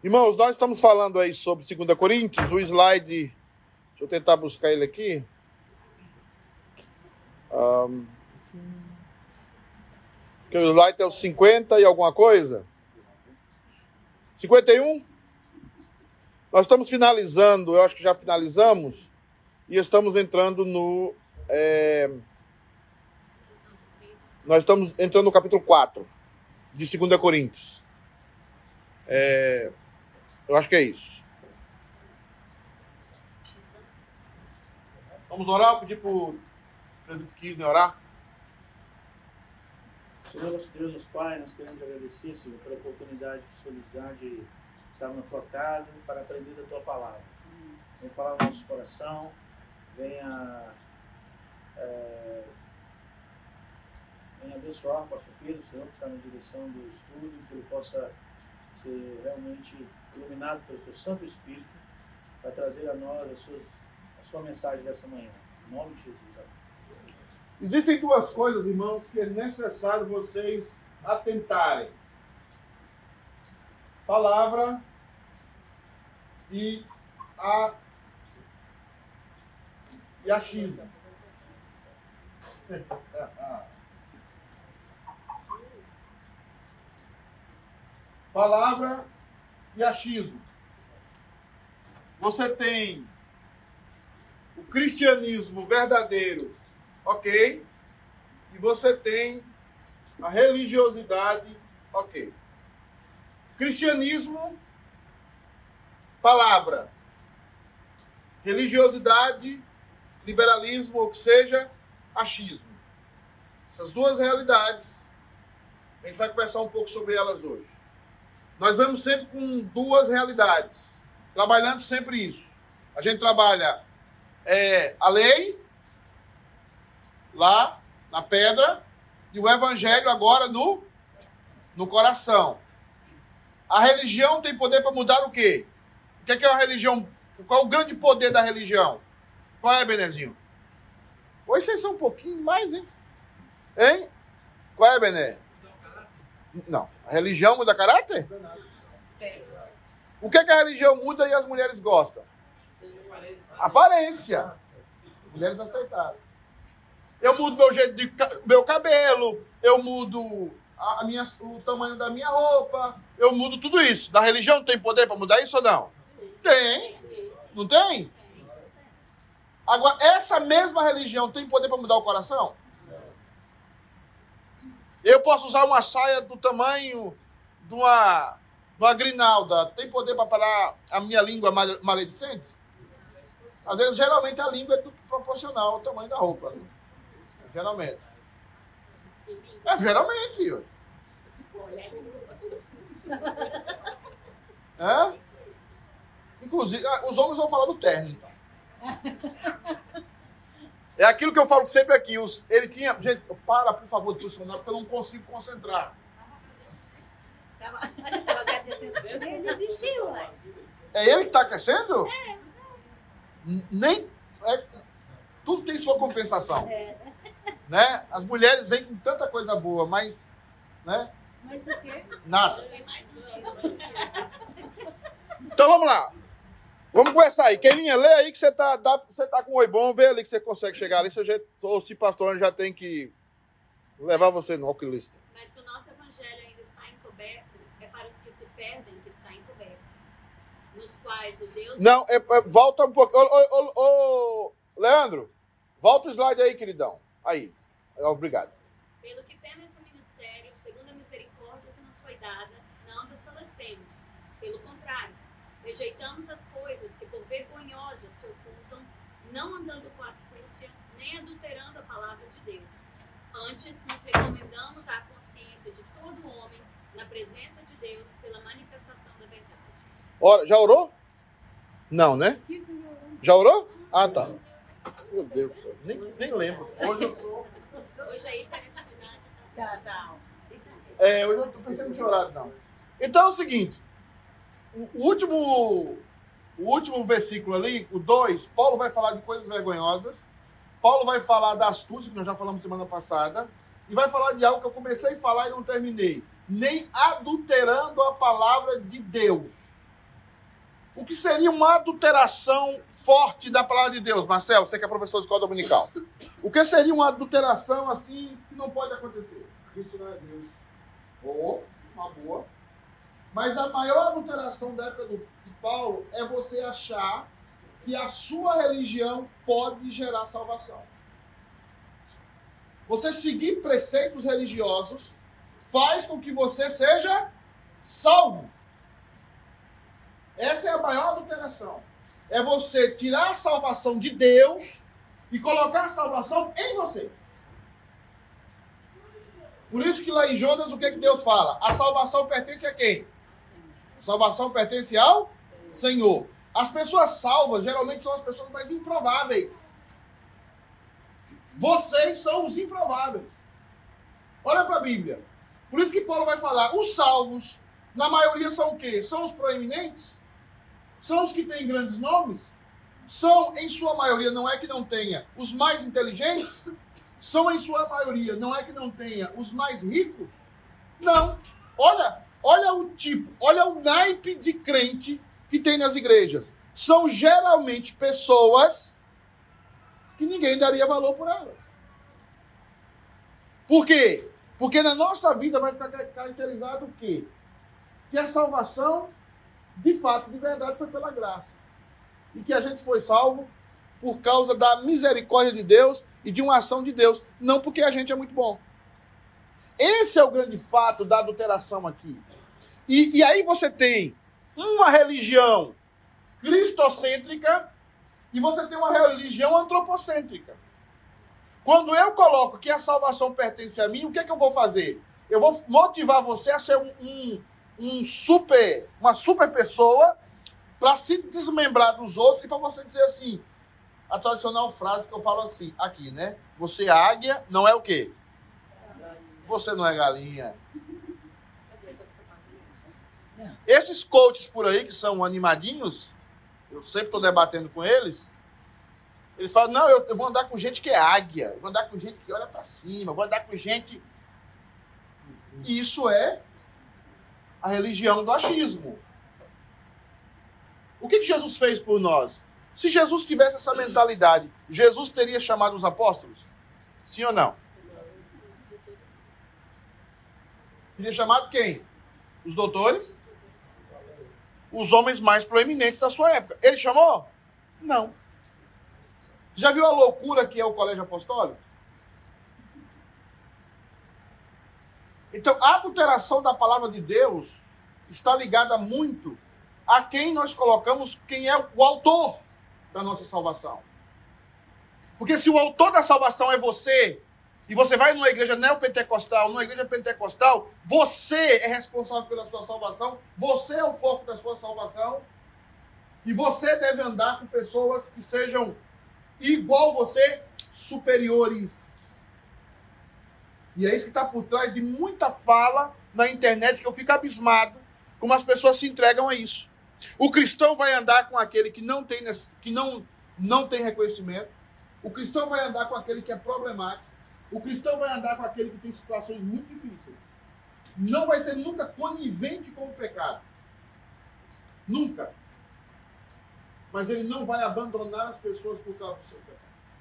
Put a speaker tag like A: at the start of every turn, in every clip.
A: Irmãos, nós estamos falando aí sobre 2 Coríntios, o slide, deixa eu tentar buscar ele aqui. Que o slide é o 50 e alguma coisa. 51? Nós estamos finalizando, eu acho que já finalizamos, e estamos entrando no... nós estamos entrando no capítulo 4 de 2 Coríntios. Eu acho que é isso. Vamos orar? Pedir para o Pedro Kirchner orar?
B: Senhor, nosso Deus, nosso Pai, nós queremos agradecer, Senhor, pela oportunidade que o Senhor nos dá de estar na Tua casa para aprender da Tua palavra. Venha falar no nosso coração, venha abençoar o pastor Pedro, Senhor, que está na direção do estudo, que ele possa ser realmente iluminado pelo Seu Santo Espírito para trazer a nós a sua mensagem dessa manhã. Em nome de Jesus.
A: Existem duas coisas, irmãos, que é necessário vocês atentarem. Palavra e achismo. Palavra e achismo. Você tem o cristianismo verdadeiro, ok? E você tem a religiosidade, ok? Cristianismo, palavra. Religiosidade, liberalismo, ou que seja, achismo. Essas duas realidades, a gente vai conversar um pouco sobre elas hoje. Nós vamos sempre com duas realidades, trabalhando sempre isso. A gente trabalha a lei, lá na pedra, e o evangelho agora no coração. A religião tem poder para mudar o quê? O que é uma religião? Qual é o grande poder da religião? Qual é, Benezinho? Hoje vocês são um pouquinho mais, hein? Hein? Qual é, Bené? Não. A religião muda caráter? O que a religião muda e as mulheres gostam? Aparência. Mulheres aceitaram. Eu mudo meu jeito de meu cabelo, eu mudo o tamanho da minha roupa, eu mudo tudo isso. Da religião tem poder para mudar isso ou não? Tem. Não tem? Agora, essa mesma religião tem poder para mudar o coração? Eu posso usar uma saia do tamanho de uma grinalda. Tem poder para parar a minha língua maledicente? Às vezes, geralmente, a língua é tudo proporcional ao tamanho da roupa. Né? Geralmente. Geralmente. Inclusive, os homens vão falar do terno, então. É aquilo que eu falo sempre aqui. Ele tinha... Gente, para, por favor, de funcionar, porque eu não consigo concentrar.
C: Ele desistiu, ué.
A: É ele que está aquecendo? Nem... tudo tem sua compensação. Né? As mulheres vêm com tanta coisa boa, mas... Né?
C: Mas o quê?
A: Nada. Então, vamos lá. Vamos começar aí. Kelinha, lê aí que você tá com um oi bom. Vê ali que você consegue chegar ali. Ou se pastor já tem que levar você no oculista.
D: Mas se o nosso evangelho ainda está encoberto, é para os que se perdem que está encoberto. Nos quais o Deus...
A: Não, volta um pouco. Leandro, volta o slide aí, queridão. Aí. Obrigado.
D: Pelo que tem nesse ministério, segundo a misericórdia que nos foi dada, não desfalecemos. Pelo contrário, rejeitamos as coisas que por vergonhosas se ocultam, não andando com astúcia, nem adulterando a palavra de Deus. Antes, nos recomendamos à consciência de todo homem, na presença de Deus, pela manifestação da verdade.
A: Ora, já orou? Não, né? Já orou? Ah, tá. Meu Deus, nem lembro.
D: Hoje aí está em atividade.
C: Tá.
A: Hoje eu não tô pensando em orar, não. Então é o seguinte. O último versículo ali, o 2, Paulo vai falar de coisas vergonhosas. Paulo vai falar da astúcia, que nós já falamos semana passada. E vai falar de algo que eu comecei a falar e não terminei. Nem adulterando a palavra de Deus. O que seria uma adulteração forte da palavra de Deus? Marcelo, você que é professor de escola dominical. O que seria uma adulteração assim que não pode acontecer?
B: Cristo não é Deus.
A: Uma boa. Mas a maior adulteração da época de Paulo é você achar que a sua religião pode gerar salvação. Você seguir preceitos religiosos faz com que você seja salvo. Essa é a maior adulteração. É você tirar a salvação de Deus e colocar a salvação em você. Por isso que lá em Jonas, o que Deus fala? A salvação pertence a quem? A salvação pertence ao Senhor. As pessoas salvas geralmente são as pessoas mais improváveis. Vocês são os improváveis. Olha para a Bíblia. Por isso que Paulo vai falar, os salvos, na maioria são o quê? São os proeminentes? São os que têm grandes nomes? São, em sua maioria, não é que não tenha os mais inteligentes? São, em sua maioria, não é que não tenha os mais ricos? Não. Olha o tipo, olha o naipe de crente que tem nas igrejas. São geralmente pessoas que ninguém daria valor por elas. Por quê? Porque na nossa vida vai ficar caracterizado o quê? Que a salvação, de fato, de verdade, foi pela graça. E que a gente foi salvo por causa da misericórdia de Deus e de uma ação de Deus, não porque a gente é muito bom. Esse é o grande fato da adulteração aqui. E aí você tem uma religião cristocêntrica e você tem uma religião antropocêntrica. Quando eu coloco que a salvação pertence a mim, o que é que eu vou fazer? Eu vou motivar você a ser uma super pessoa para se desmembrar dos outros e para você dizer assim, a tradicional frase que eu falo assim, aqui, né? Você é águia, não é o quê? Você não é galinha. Esses coaches por aí, que são animadinhos, eu sempre estou debatendo com eles, eles falam, não, eu vou andar com gente que é águia, eu vou andar com gente que olha para cima, eu vou andar com gente... Isso é a religião do achismo. O que Jesus fez por nós? Se Jesus tivesse essa mentalidade, Jesus teria chamado os apóstolos? Sim ou não? Teria chamado quem? Os doutores? Os homens mais proeminentes da sua época. Ele chamou? Não. Já viu a loucura que é o colégio apostólico? Então, a adulteração da palavra de Deus está ligada muito a quem nós colocamos, quem é o autor da nossa salvação. Porque se o autor da salvação é você, e você vai numa igreja neopentecostal, numa igreja pentecostal, você é responsável pela sua salvação, você é o foco da sua salvação, e você deve andar com pessoas que sejam igual você, superiores. E é isso que está por trás de muita fala na internet, que eu fico abismado como as pessoas se entregam a isso. O cristão vai andar com aquele que não tem reconhecimento. O cristão vai andar com aquele que é problemático. O cristão vai andar com aquele que tem situações muito difíceis. Não vai ser nunca conivente com o pecado. Nunca. Mas ele não vai abandonar as pessoas por causa dos seus pecados.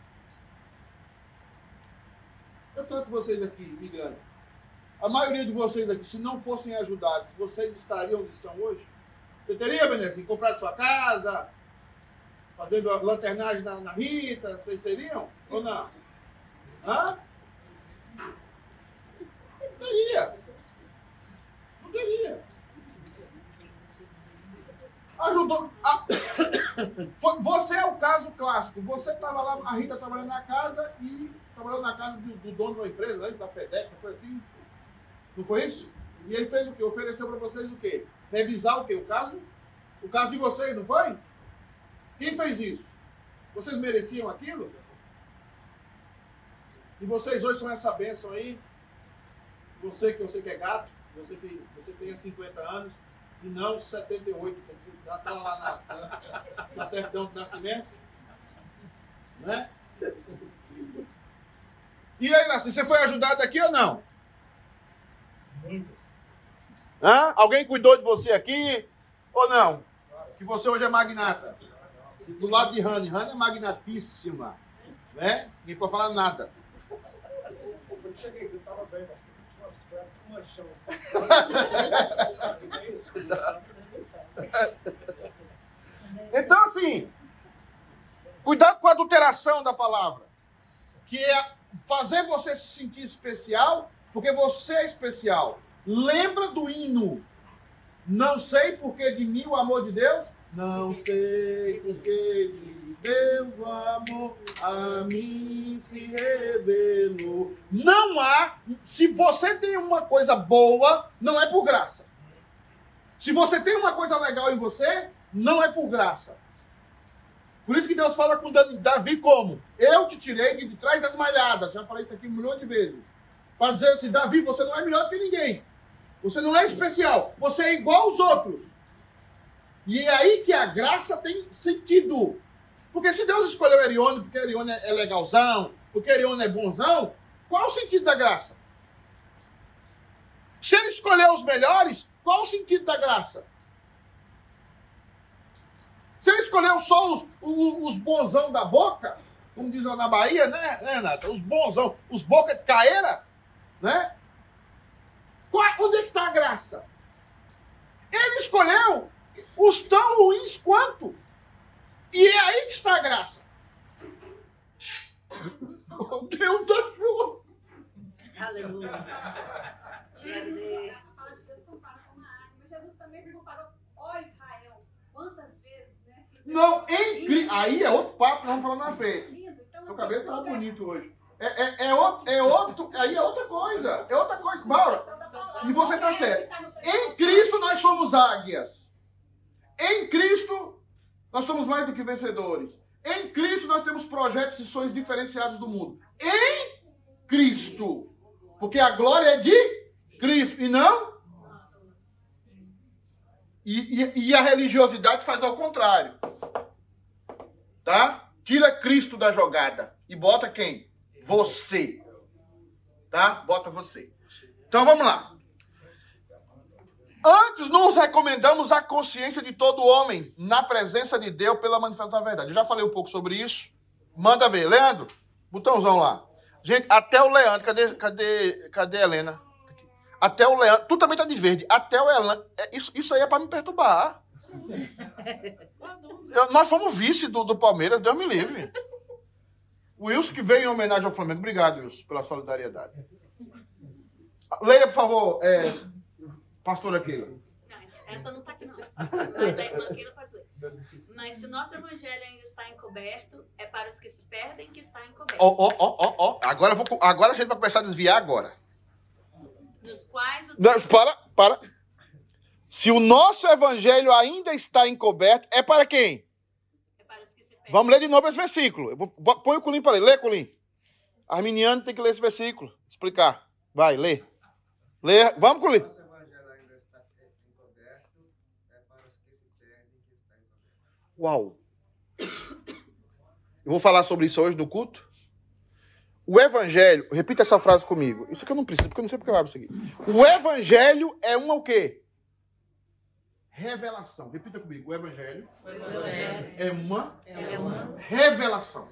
A: Eu trato vocês aqui, imigrantes. A maioria de vocês aqui, se não fossem ajudados, vocês estariam onde estão hoje? Você teria, Benezinho, comprado sua casa, fazendo a lanternagem na Rita? Vocês teriam? Ou não? Hã? Não teria. Não teria. Ajudou. Você é o caso clássico. Você estava lá, a Rita trabalhando na casa e trabalhou na casa do dono de uma empresa, né, da FedEx, uma coisa assim. Não foi isso? E ele fez o quê? Ofereceu para vocês o quê? Revisar o quê? O caso? O caso de vocês, não foi? Quem fez isso? Vocês mereciam aquilo? E vocês hoje são essa bênção aí? Você, que eu sei que é gato, você tem 50 anos, e não 78, como você já está lá na certidão de nascimento. Né? E aí, Nasci, você foi ajudado aqui ou não?
B: Muito.
A: Hã? Alguém cuidou de você aqui ou não? que você hoje é magnata. Do lado de Rani. Rani é magnatíssima. Né? Ninguém pode falar nada.
B: Eu cheguei, eu estava bem, mas
A: Então, assim, cuidado com a adulteração da palavra, que é fazer você se sentir especial, porque você é especial. Lembra do hino. Não sei porque de mim o amor de Deus. Não sei porque de Deus o amor a mim se revelou. Não há. Se você tem uma coisa boa, não é por graça. Se você tem uma coisa legal em você, não é por graça. Por isso que Deus fala com Davi como? Eu te tirei de trás das malhadas. Já falei isso aqui 1 milhão de vezes. Para dizer assim, Davi, você não é melhor que ninguém. Você não é especial. Você é igual aos outros. E é aí que a graça tem sentido. Porque se Deus escolheu Erione, porque Erione é legalzão, porque Erione é bonzão, qual o sentido da graça? Se ele escolheu os melhores, qual o sentido da graça? Se ele escolheu só os bonzão da boca, como diz lá na Bahia, né, Renata? Os bonzão, os boca de caeira, né? Onde é que está a graça? Ele escolheu os tão ruins quanto. E é aí que está a graça. Oh, Deus da chuva.
C: Aleluia.
D: Jesus compara com uma água, mas Jesus também se comparou, ó Israel, quantas vezes, né?
A: Não, em Cristo. Aí é outro papo, não vamos falar na frente.
D: Lindo. Então,
A: Seu cabelo tá bonito hoje. É outro, aí é outra coisa. É outra coisa. Maura, e você tá certo. Em Cristo nós somos águias. Em Cristo nós somos mais do que vencedores. Em Cristo nós temos projetos e sonhos diferenciados do mundo. Em Cristo. Porque a glória é de Cristo e não? E a religiosidade faz ao contrário. Tá? Tira Cristo da jogada e bota quem? Você. Tá? Bota você. Então vamos lá. Antes nos recomendamos a consciência de todo homem na presença de Deus pela manifestação da verdade. Eu já falei um pouco sobre isso. Manda ver. Leandro, botãozão lá. Gente, até o Leandro, cadê a Helena? Até o Leandro, tu também tá de verde. Até o Leandro, isso aí é pra me perturbar. Nós fomos vice do Palmeiras, Deus me livre. O Wilson que veio em homenagem ao Flamengo. Obrigado, Wilson, pela solidariedade. Leia, por favor, pastora Keila.
D: Não, essa não está aqui não. Mas a irmã Keila pode ler. Mas se o nosso evangelho ainda está encoberto, é para os que se perdem que está encoberto.
A: Agora a gente vai começar a desviar agora.
D: Nos quais o...
A: Não, para. Se o nosso evangelho ainda está encoberto, é para quem?
D: É para os que se perdem.
A: Vamos ler de novo esse versículo. Põe o Colim para ler. Lê, Colim. Arminiano tem que ler esse versículo. Explicar. Vai, lê. Lê. Vamos, Colim.
E: Nosso evangelho ainda está encoberto, é para os que se perdem que está encoberto.
A: Uau. Eu vou falar sobre isso hoje no culto. O evangelho, repita essa frase comigo. Isso aqui eu não preciso, porque eu não sei porque eu abro isso aqui. O evangelho é uma o quê? Revelação. Repita comigo. O evangelho é uma revelação.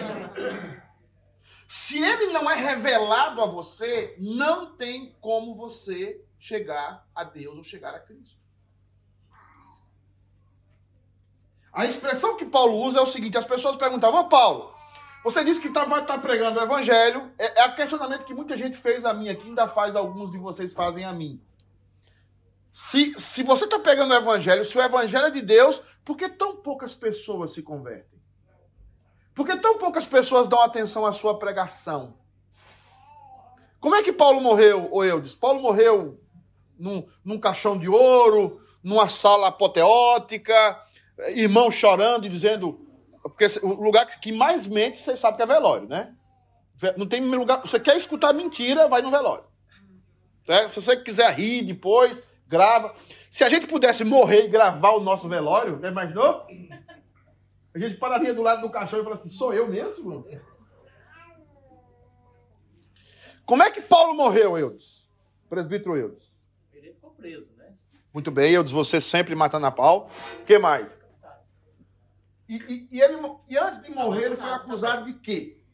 A: Se ele não é revelado a você, não tem como você chegar a Deus ou chegar a Cristo. A expressão que Paulo usa é o seguinte, as pessoas perguntavam, ô Paulo, você disse que vai estar pregando o evangelho, é o questionamento que muita gente fez a mim aqui, ainda faz, alguns de vocês fazem a mim. Se você está pegando o evangelho, se o evangelho é de Deus, por que tão poucas pessoas se convertem? Por que tão poucas pessoas dão atenção à sua pregação? Como é que Paulo morreu, ô Eudes? Paulo morreu num caixão de ouro, numa sala apoteótica, irmão chorando e dizendo... Porque o lugar que mais mente, você sabe que é velório, né? Não tem lugar... Você quer escutar mentira, vai no velório. Se você quiser rir depois, grava. Se a gente pudesse morrer e gravar o nosso velório, já imaginou? A gente pararia do lado do caixão e falaria assim, sou eu mesmo? Como é que Paulo morreu, Eudes? Presbítero Eudes.
B: Ele ficou preso, né?
A: Muito bem, eu disse você sempre matando a pau. O que mais? E antes de morrer, ele foi acusado de quê?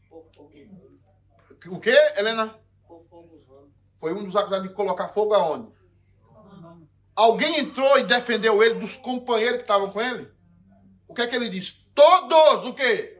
A: O quê, Helena? Foi um dos acusados de colocar fogo aonde? Alguém entrou e defendeu ele dos companheiros que estavam com ele? O que é que ele disse? Todos, o quê?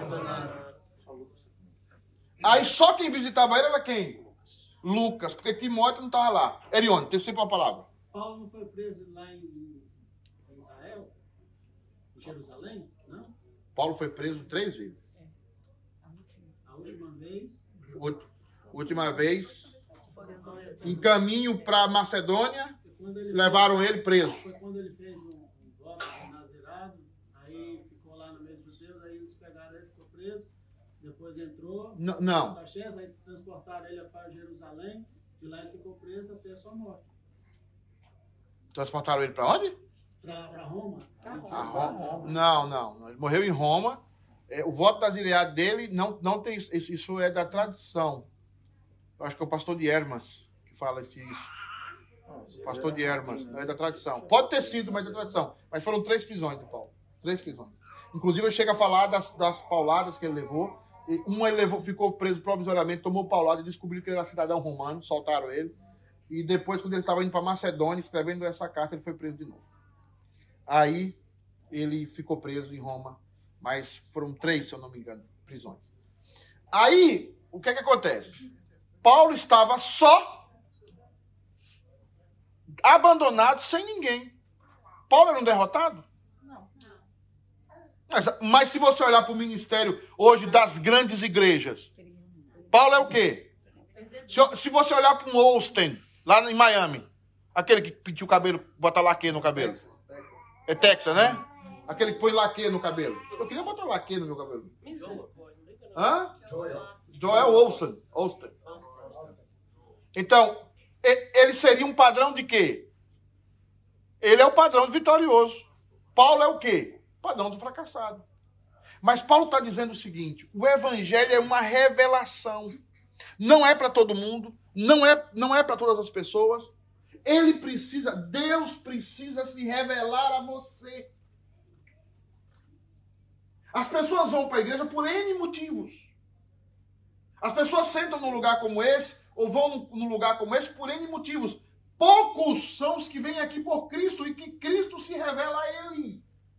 A: Aí só quem visitava ele era quem? Lucas, porque Timóteo não estava lá. Erione, tem sempre uma palavra.
F: Paulo não foi preso lá em Israel? Em Jerusalém? Não?
A: Paulo foi preso 3 vezes.
F: A última vez?
A: Última vez, em caminho para Macedônia, levaram ele preso.
F: Foi quando ele fez um voto nazirado, aí ficou lá no meio dos judeus, aí eles pegaram ele, ficou preso, depois entrou,
A: não.
F: Aí transportaram ele para Jerusalém, e lá ele ficou preso até a sua morte.
A: Transportaram ele para onde?
F: Para Roma.
A: Roma. Não. Ele morreu em Roma. O voto nazireado dele não tem isso é da tradição. Eu acho que é o pastor de Hermas que fala isso. Pastor de Hermas, não é da tradição. Pode ter sido, mas é da tradição. Mas foram 3 prisões de Paulo. 3 prisões. Inclusive, ele chega a falar das pauladas que ele levou. Ele ficou preso provisoriamente, tomou paulada e descobriu que ele era cidadão romano, soltaram ele. E depois, quando ele estava indo para Macedônia, escrevendo essa carta, ele foi preso de novo. Aí, ele ficou preso em Roma. Mas foram 3, se eu não me engano, prisões. Aí, o que é que acontece? Paulo estava só, abandonado, sem ninguém. Paulo era um derrotado?
C: Não.
A: Mas se você olhar para o ministério hoje das grandes igrejas, Paulo é o quê? Se você olhar para um Austin, lá em Miami, aquele que pintiu o cabelo, bota laque no cabelo. É Texas, né? Aquele que põe laque no cabelo. Eu queria botar laque no meu cabelo. Hã? Joel Austin. Então, ele seria um padrão de quê? Ele é o padrão do vitorioso. Paulo é o quê? Padrão do fracassado. Mas Paulo está dizendo o seguinte: o evangelho é uma revelação. Não é para todo mundo, não é para todas as pessoas. Deus precisa se revelar a você. As pessoas vão para a igreja por N motivos. As pessoas sentam num lugar como esse, ou vão num lugar como esse por N motivos. Poucos são os que vêm aqui por Cristo e que Cristo se revela a ele.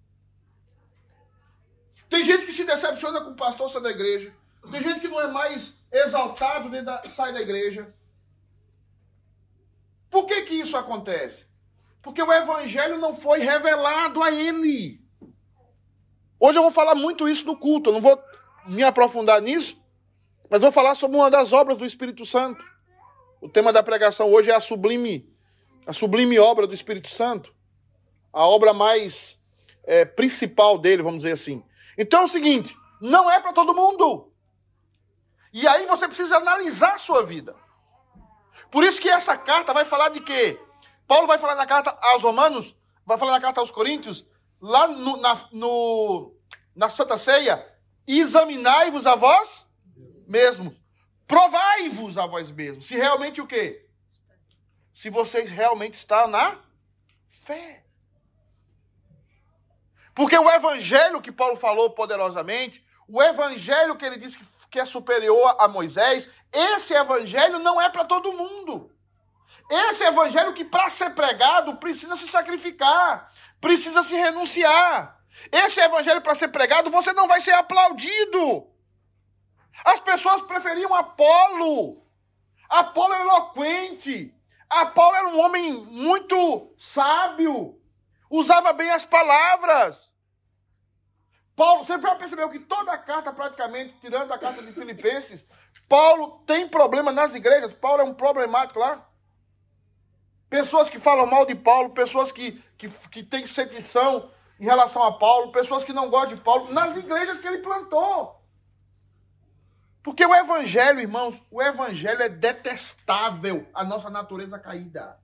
A: Tem gente que se decepciona com o pastor sai da igreja. Tem gente que não é mais exaltado, sai da igreja. Por que isso acontece? Porque o evangelho não foi revelado a ele. Hoje eu vou falar muito isso no culto. Eu não vou me aprofundar nisso, mas vou falar sobre uma das obras do Espírito Santo. O tema da pregação hoje é a sublime obra do Espírito Santo. A obra mais principal dele, vamos dizer assim. Então é o seguinte, não é para todo mundo. E aí você precisa analisar a sua vida. Por isso que essa carta vai falar de quê? Paulo vai falar na carta aos Romanos, vai falar na carta aos Coríntios, lá na Santa Ceia, examinai-vos a vós mesmos. Provai-vos a vós mesmos. Se realmente o quê? Se vocês realmente estão na fé. Porque o evangelho que Paulo falou poderosamente, o evangelho que ele disse que é superior a Moisés, esse evangelho não é para todo mundo. Esse evangelho que para ser pregado precisa se sacrificar, precisa se renunciar. Esse evangelho para ser pregado você não vai ser aplaudido. As pessoas preferiam Apolo. Apolo era eloquente. Apolo era um homem muito sábio. Usava bem as palavras. Paulo, você já percebeu que toda a carta, praticamente, tirando a carta de Filipenses, Paulo tem problema nas igrejas. Paulo é um problemático lá. Pessoas que falam mal de Paulo, pessoas que têm sedição em relação a Paulo, pessoas que não gostam de Paulo, nas igrejas que ele plantou. Porque o evangelho, irmãos, o evangelho é detestável à nossa natureza caída.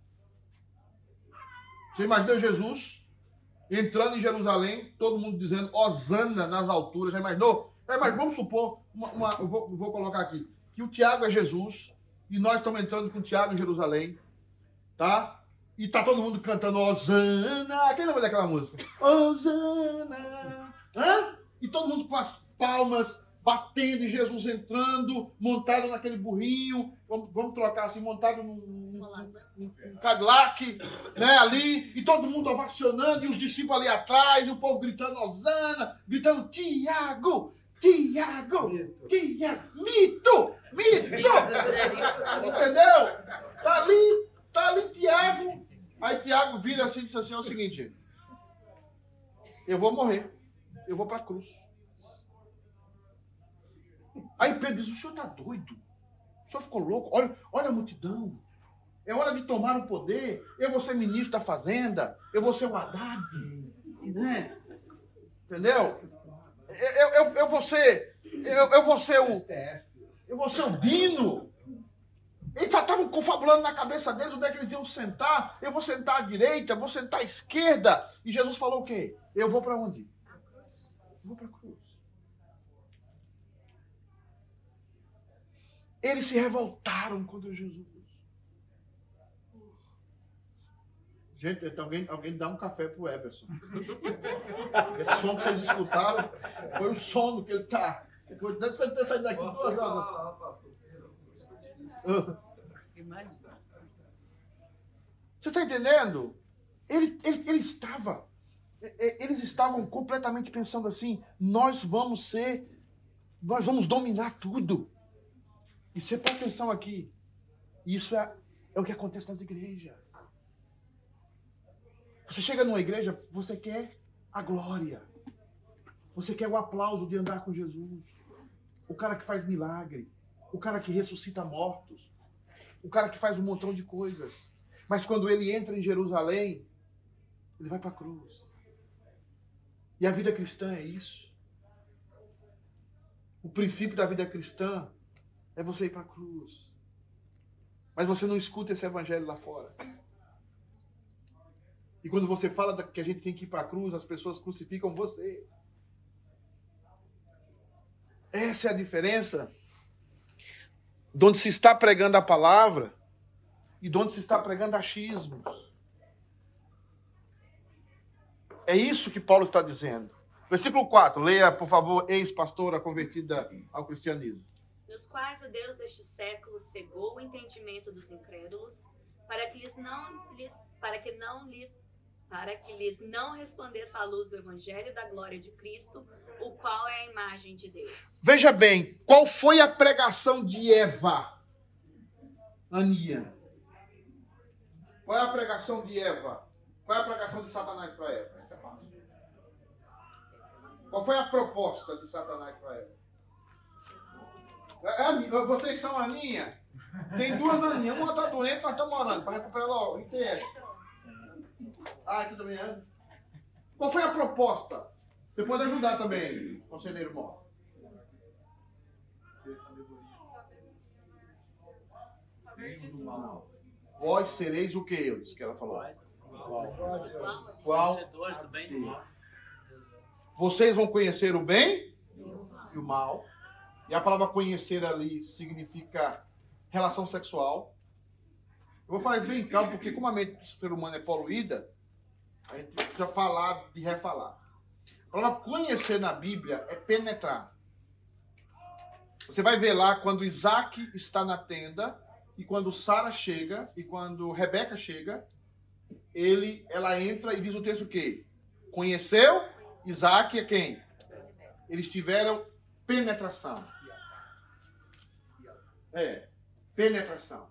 A: Você imagina Jesus entrando em Jerusalém, todo mundo dizendo Hosana nas alturas. Já imaginou? Mas vamos supor, eu vou colocar aqui, que o Tiago é Jesus, e nós estamos entrando com o Tiago em Jerusalém, tá? e tá todo mundo cantando Hosana. Quem lembra daquela música? Hosana. Hã? E todo mundo com as palmas batendo e Jesus entrando, montado naquele burrinho, vamos trocar assim, montado num Cadillac, né, ali, e todo mundo ovacionando, e os discípulos ali atrás, e o povo gritando Hosana, gritando Tiago, Tiago, Tiago, mito, entendeu? Tá ali Tiago. Aí Tiago vira assim e diz assim, é o seguinte, eu vou morrer, eu vou para a cruz. Aí Pedro diz, o senhor está doido? O senhor ficou louco? Olha a multidão. É hora de tomar o poder. Eu vou ser ministro da fazenda. Eu vou ser o Haddad. Né? Entendeu? Eu vou ser o Dino. Eles já estavam confabulando na cabeça deles onde é que eles iam sentar. Eu vou sentar à direita, vou sentar à esquerda. E Jesus falou o quê? Eu vou para onde? Eu vou para a cruz. Eles se revoltaram contra Jesus. Gente, então alguém dá um café pro Everson. Esse som que vocês escutaram foi o sono que ele tá. Deve ter saído daqui 2 horas. Você está entendendo? Eles estavam completamente pensando assim, nós vamos dominar tudo. E você presta atenção aqui. Isso é o que acontece nas igrejas. Você chega numa igreja, você quer a glória. Você quer o aplauso de andar com Jesus. O cara que faz milagre. O cara que ressuscita mortos. O cara que faz um montão de coisas. Mas quando ele entra em Jerusalém, ele vai para a cruz. E a vida cristã é isso. O princípio da vida cristã é você ir para a cruz. Mas você não escuta esse evangelho lá fora. E quando você fala que a gente tem que ir para a cruz, as pessoas crucificam você. Essa é a diferença de onde se está pregando a palavra e de onde se está pregando achismos. É isso que Paulo está dizendo. Versículo 4, leia, por favor, ex-pastora convertida ao cristianismo.
D: Nos quais o Deus deste século cegou o entendimento dos incrédulos, para que lhes não resplandeça a luz do evangelho da glória de Cristo, o qual é a imagem de Deus.
A: Veja bem, qual foi a pregação de Eva? Aninha. Qual é a pregação de Eva? Qual é a pregação de Satanás para Eva? Essa é fácil. Qual foi a proposta de Satanás para Eva? Vocês são Aninha? Tem 2 Aninhas. Uma está doente, nós estamos orando para recuperar logo. E quem é? Tudo bem, né? Qual foi a proposta? Você pode ajudar também, conselheiro Mó. Vós sereis o que, Eudes, que ela falou? Qual? Vocês vão conhecer o bem e o mal. E a palavra conhecer ali significa relação sexual. Eu vou falar isso bem claro, porque como a mente do ser humano é poluída, a gente precisa falar de refalar. A palavra conhecer na Bíblia é penetrar. Você vai ver lá quando Isaac está na tenda, e quando Sara chega, e quando Rebeca chega, ela entra e diz o texto o quê? Conheceu Isaac é quem? Eles tiveram penetração. Penetração.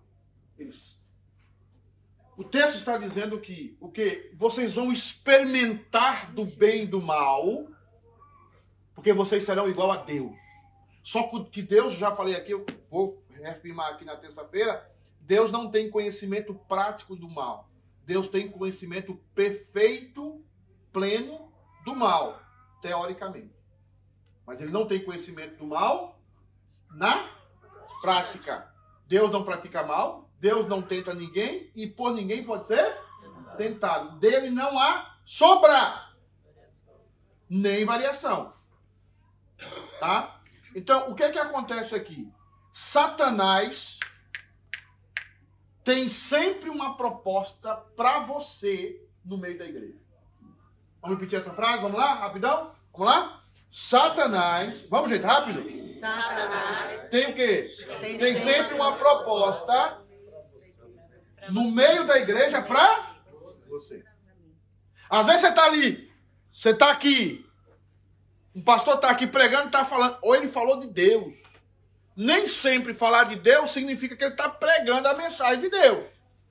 A: O texto está dizendo que o quê? Vocês vão experimentar do bem e do mal, porque vocês serão igual a Deus. Só que Deus, já falei aqui, eu vou reafirmar aqui na terça-feira, Deus não tem conhecimento prático do mal. Deus tem conhecimento perfeito, pleno do mal, teoricamente. Mas ele não tem conhecimento do mal na prática. Deus não pratica mal, Deus não tenta ninguém e por ninguém pode ser tentado. Dele não há sombra, nem variação. Tá? Então, o que é que acontece aqui? Satanás tem sempre uma proposta para você no meio da igreja. Vamos repetir essa frase? Vamos lá? Rapidão? Vamos lá? Satanás, vamos, gente, rápido.
C: Satanás
A: Tem o quê? Tem sempre uma proposta no meio da igreja para você. Às vezes você está ali, você está aqui, um pastor está aqui pregando, está falando, ou ele falou de Deus. Nem sempre falar de Deus significa que ele está pregando a mensagem de Deus.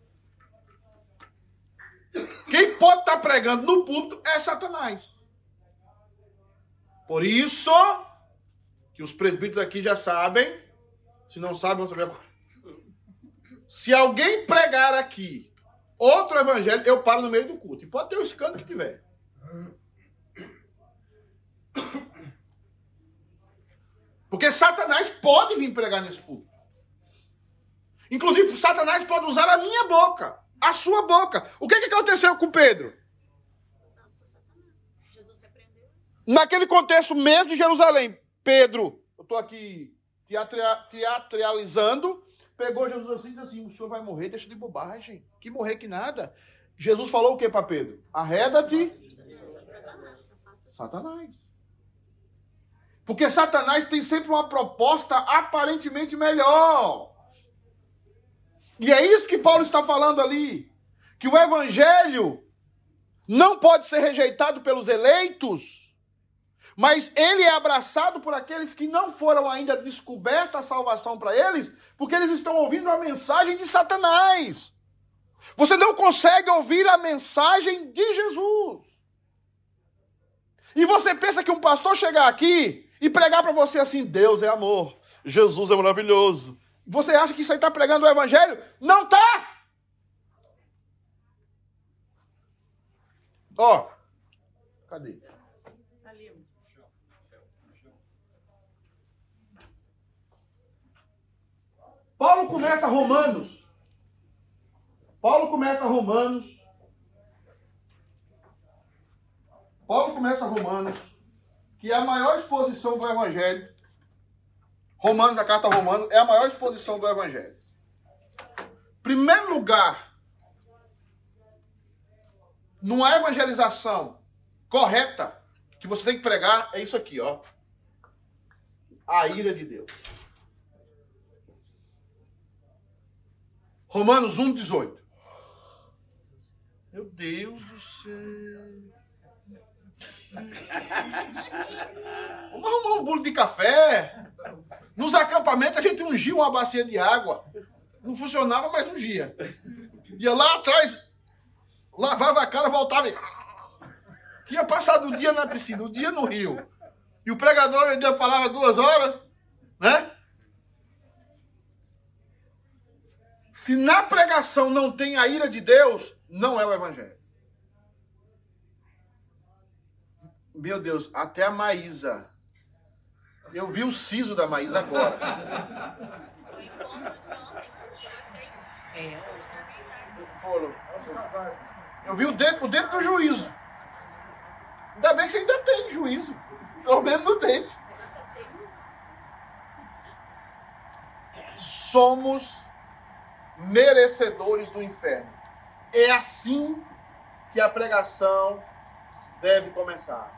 A: Quem pode estar pregando no púlpito é Satanás. Por isso que os presbíteros aqui já sabem, se não sabem, vão saber agora. Se alguém pregar aqui outro evangelho, eu paro no meio do culto. E pode ter o escândalo que tiver. Porque Satanás pode vir pregar nesse púlpito. Inclusive, Satanás pode usar a minha boca, a sua boca. O que aconteceu com Pedro?
D: Jesus repreendeu.
A: Naquele contexto mesmo de Jerusalém, Pedro, eu estou aqui teatralizando, pegou Jesus assim e disse assim, o senhor vai morrer, deixa de bobagem. Que morrer que nada. Jesus falou o que para Pedro? Arreda-te, Satanás. Porque Satanás tem sempre uma proposta aparentemente melhor. E é isso que Paulo está falando ali. Que o evangelho não pode ser rejeitado pelos eleitos, mas ele é abraçado por aqueles que não foram ainda descoberta a salvação para eles, porque eles estão ouvindo a mensagem de Satanás. Você não consegue ouvir a mensagem de Jesus. E você pensa que um pastor chegar aqui e pregar para você assim, Deus é amor, Jesus é maravilhoso. Você acha que isso aí está pregando o evangelho? Não está! Ó, cadê? Paulo começa Romanos. Paulo começa Romanos, que é a maior exposição do evangelho. Romanos, a carta a Romanos, é a maior exposição do evangelho. Primeiro lugar, numa evangelização correta, que você tem que pregar, é isso aqui, ó. A ira de Deus. Romanos 1,18. Meu Deus do céu. Vamos arrumar um bolo de café. Nos acampamentos a gente ungia uma bacia de água. Não funcionava, mas ungia. Ia lá atrás, lavava a cara, voltava e... Tinha passado o dia na piscina, o dia no rio. E o pregador ainda falava 2 horas, né? Se na pregação não tem a ira de Deus, não é o evangelho. Meu Deus, até a Maísa. Eu vi o siso da Maísa agora. Foram. Eu vi o dente do juízo. Ainda bem que você ainda tem juízo. Pelo menos no dente. Somos merecedores do inferno. É assim que a pregação deve começar.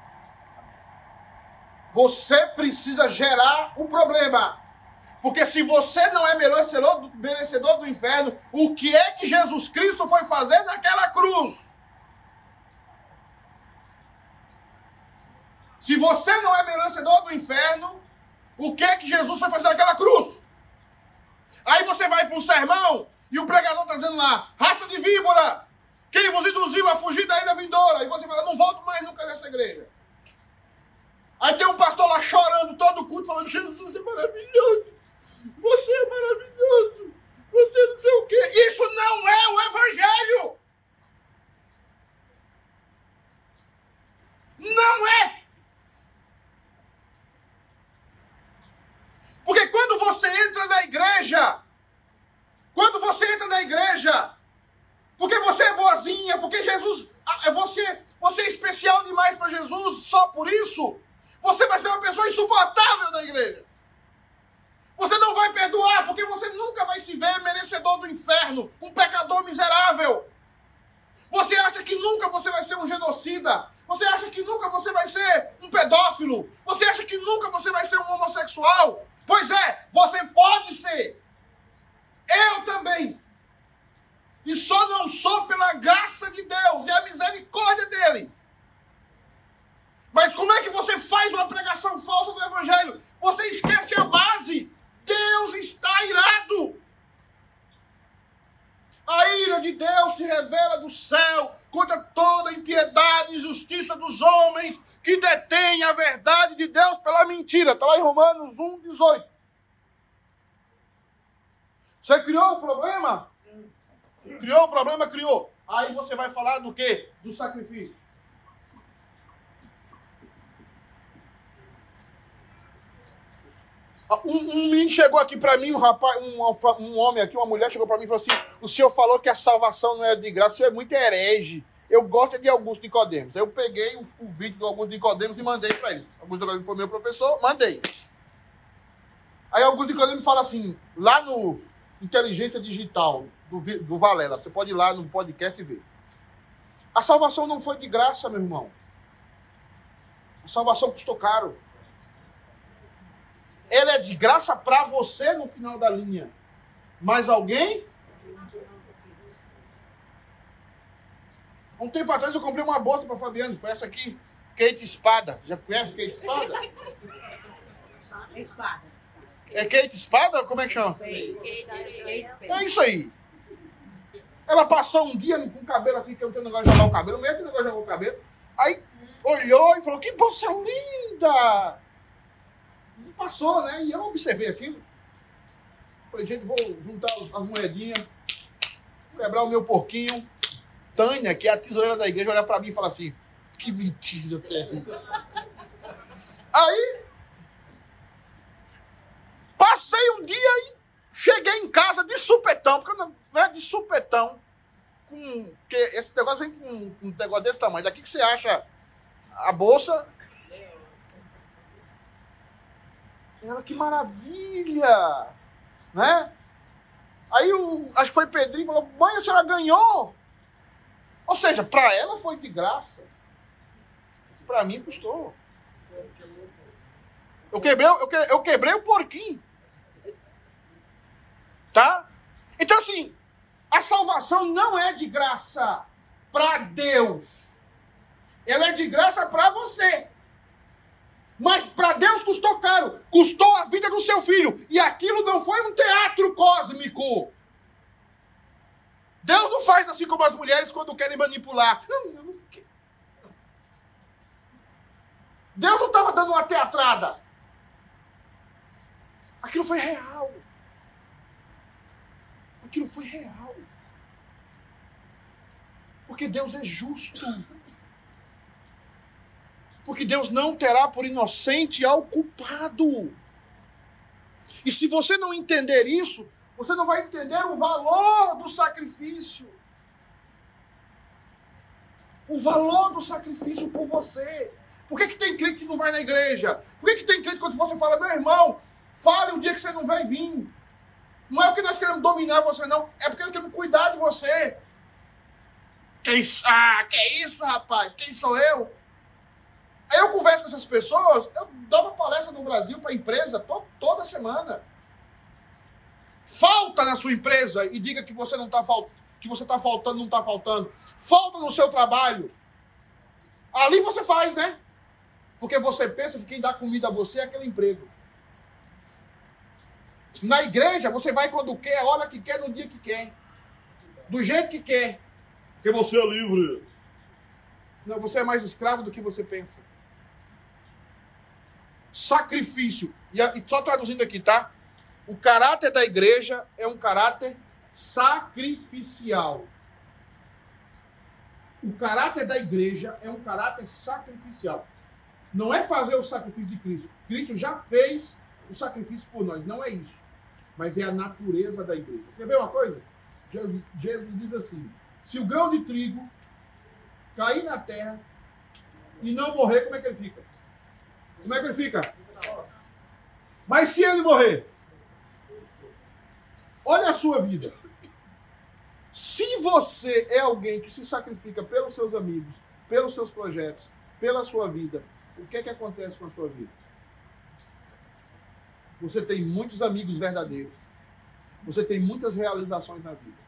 A: Você precisa gerar o problema. Porque se você não é merecedor do inferno, o que é que Jesus Cristo foi fazer naquela cruz? Se você não é merecedor do inferno, o que é que Jesus foi fazer naquela cruz? Aí você vai para um sermão e o pregador está dizendo lá, raça de víbora, quem vos induziu a fugir da ilha vindoura? E você fala, não volto mais nunca nessa igreja. Aí tem um pastor lá chorando todo o culto, falando, Jesus é maravilhoso, você é maravilhoso, você não sei o quê. Isso não é o evangelho. Não é. Porque quando você entra na igreja, porque você é boazinha, porque Jesus, você é especial demais para Jesus, só por isso, você vai ser uma pessoa insuportável na igreja. Você não vai perdoar, porque você nunca vai se ver merecedor do inferno, um pecador miserável. Você acha que nunca você vai ser um genocida? Você acha que nunca você vai ser um pedófilo? Você acha que nunca você vai ser um homossexual? Pois é, você pode ser. Eu também. E só não sou pela graça de Deus e a misericórdia dele. Mas como é que você faz uma pregação falsa do evangelho? Você esquece a base. Deus está irado. A ira de Deus se revela do céu contra toda a impiedade e injustiça dos homens que detêm a verdade de Deus pela mentira. Está lá em Romanos 1,18. Você criou o problema? Criou o problema? Criou. Aí você vai falar do quê? Do sacrifício. Um menino chegou aqui para mim, um homem aqui, uma mulher chegou para mim e falou assim: o senhor falou que a salvação não é de graça, o senhor é muito herege. Eu gosto de Augusto Nicodemos. Aí eu peguei o vídeo do Augusto Nicodemos e mandei para eles. Augusto Nicodemos foi meu professor, mandei. Aí Augusto Nicodemos fala assim, lá no Inteligência Digital do Valela, você pode ir lá no podcast e ver. A salvação não foi de graça, meu irmão. A salvação custou caro. Ele é de graça para você no final da linha. Mas alguém? Um tempo atrás eu comprei uma bolsa para Fabiano. Foi essa aqui. Kate Espada. Já conhece Kate Espada?
C: Espada.
A: É Kate Espada? Como é que chama? É isso aí. Ela passou um dia com o cabelo assim, que eu não tenho negócio de jogar o cabelo. Mesmo que negócio de jogar o cabelo. Aí olhou e falou, que bolsa linda! Passou, né? E eu observei aquilo. Falei, gente, vou juntar as moedinhas, quebrar o meu porquinho. Tânia, que é a tesoureira da igreja, olha pra mim e fala assim, que mentira terrível. Aí, passei um dia e cheguei em casa de supetão, porque não é de supetão, porque esse negócio vem com um negócio desse tamanho. Daqui que você acha a bolsa. Ela, que maravilha! Né? Aí, acho que foi Pedrinho, falou, mãe, a senhora ganhou! Ou seja, para ela foi de graça. Para mim custou. Eu quebrei o porquinho. Tá? Então, assim, a salvação não é de graça para Deus. Ela é de graça para você. Mas para Deus custou caro. Custou a vida do seu filho. E aquilo não foi um teatro cósmico. Deus não faz assim como as mulheres quando querem manipular. Deus não estava dando uma teatrada. Aquilo foi real. Aquilo foi real. Porque Deus é justo. Porque Deus não terá por inocente ao culpado. E se você não entender isso, você não vai entender o valor do sacrifício. O valor do sacrifício por você. Por que tem crente que não vai na igreja? Por que tem crente que quando você fala, meu irmão, fale um dia que você não vai vir. Não é porque nós queremos dominar você, não. É porque nós queremos cuidar de você. Que isso, rapaz? Quem sou eu? Aí eu converso com essas pessoas, eu dou uma palestra no Brasil para a empresa toda semana. Falta na sua empresa e diga que você não está faltando, que você está faltando, não está faltando. Falta no seu trabalho. Ali você faz, né? Porque você pensa que quem dá comida a você é aquele emprego. Na igreja, você vai quando quer, a hora que quer, no dia que quer. Do jeito que quer. Porque você é livre. Não, você é mais escravo do que você pensa. Sacrifício. E só traduzindo aqui, tá? O caráter da igreja é um caráter sacrificial. O caráter da igreja é um caráter sacrificial. Não é fazer o sacrifício de Cristo. Cristo já fez o sacrifício por nós. Não é isso. Mas é a natureza da igreja. Quer ver uma coisa? Jesus diz assim, se o grão de trigo cair na terra e não morrer, como é que ele fica? Como é que ele fica? Mas se ele morrer? Olha a sua vida. Se você é alguém que se sacrifica pelos seus amigos, pelos seus projetos, pela sua vida, o que é que acontece com a sua vida? Você tem muitos amigos verdadeiros. Você tem muitas realizações na vida.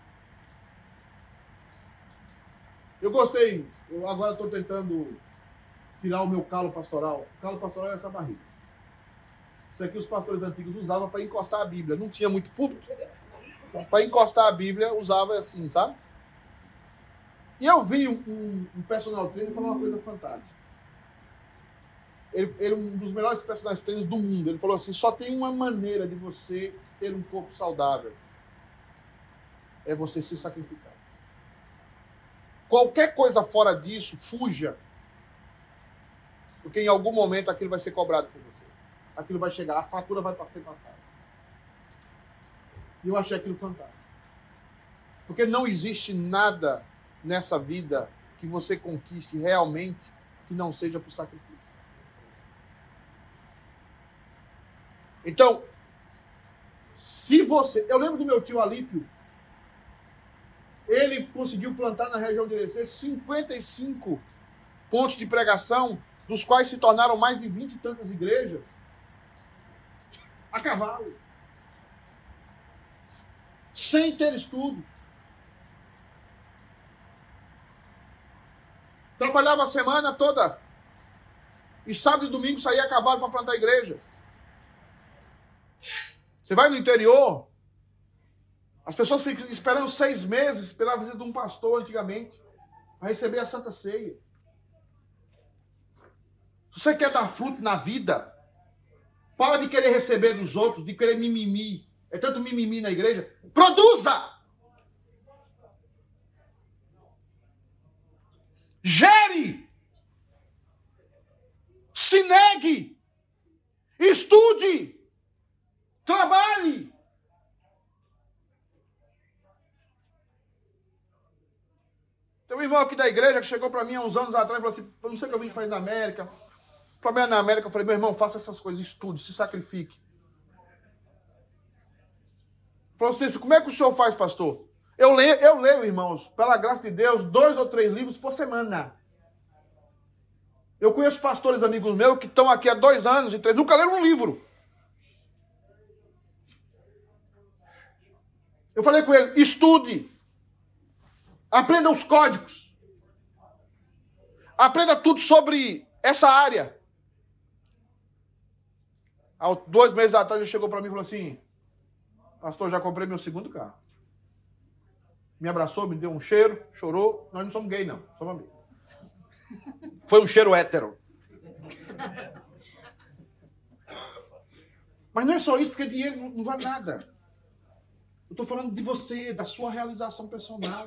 A: Eu gostei, eu agora estou tentando tirar o meu calo pastoral. O calo pastoral é essa barriga. Isso aqui os pastores antigos usavam para encostar a Bíblia. Não tinha muito púlpito. Então, para encostar a Bíblia, usava assim, sabe? E eu vi um personal trainer falar uma coisa fantástica. Ele é um dos melhores personal trainers do mundo. Ele falou assim, só tem uma maneira de você ter um corpo saudável. É você se sacrificar. Qualquer coisa fora disso, fuja. Porque em algum momento aquilo vai ser cobrado por você. Aquilo vai chegar, a fatura vai ser passada. E eu achei aquilo fantástico. Porque não existe nada nessa vida que você conquiste realmente que não seja por sacrifício. Então, se você... Eu lembro do meu tio Alípio. Ele conseguiu plantar na região de Irecê 55 pontos de pregação, dos quais se tornaram mais de 20 e tantas igrejas, a cavalo. Sem ter estudos. Trabalhava a semana toda. E sábado e domingo saía a cavalo para plantar igrejas. Você vai no interior, as pessoas ficam esperando 6 meses pela visita de um pastor antigamente, para receber a Santa Ceia. Se você quer dar fruto na vida, para de querer receber dos outros, de querer mimimi. É tanto mimimi na igreja. Produza! Gere! Se negue! Estude! Trabalhe! Tem um irmão aqui da igreja que chegou para mim há uns anos atrás e falou assim, eu não sei o que eu vim fazer na América. O problema é na América. Eu falei, meu irmão, faça essas coisas, estude, se sacrifique. Falou assim, como é que o senhor faz, pastor? Eu leio, irmãos, pela graça de Deus, 2 ou 3 livros por semana. Eu conheço pastores amigos meus que estão aqui há 2 anos e 3, nunca leram um livro. Eu falei com ele, estude. Aprenda os códigos. Aprenda tudo sobre essa área. Há 2 meses atrás ele chegou para mim e falou assim, pastor, já comprei meu 2º carro. Me abraçou, me deu um cheiro, chorou. Nós não somos gay, não. Somos amigos. Foi um cheiro hétero. Mas não é só isso, porque dinheiro não vale nada. Eu estou falando de você, da sua realização pessoal.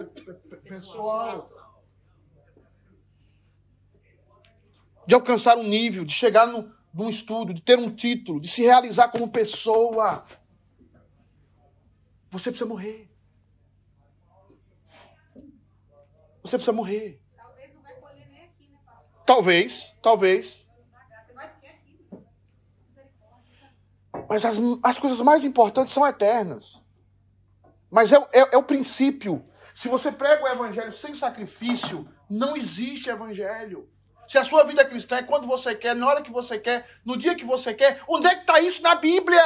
A: De alcançar um nível, de chegar num estudo, de ter um título, de se realizar como pessoa. Você precisa morrer. Você precisa morrer.
C: Talvez não vai colher nem aqui, né, pastor?
A: Talvez. Mas as coisas mais importantes são eternas. Mas é o princípio. Se você prega o evangelho sem sacrifício, não existe evangelho. Se a sua vida cristã é quando você quer, na hora que você quer, no dia que você quer, onde é que está isso na Bíblia?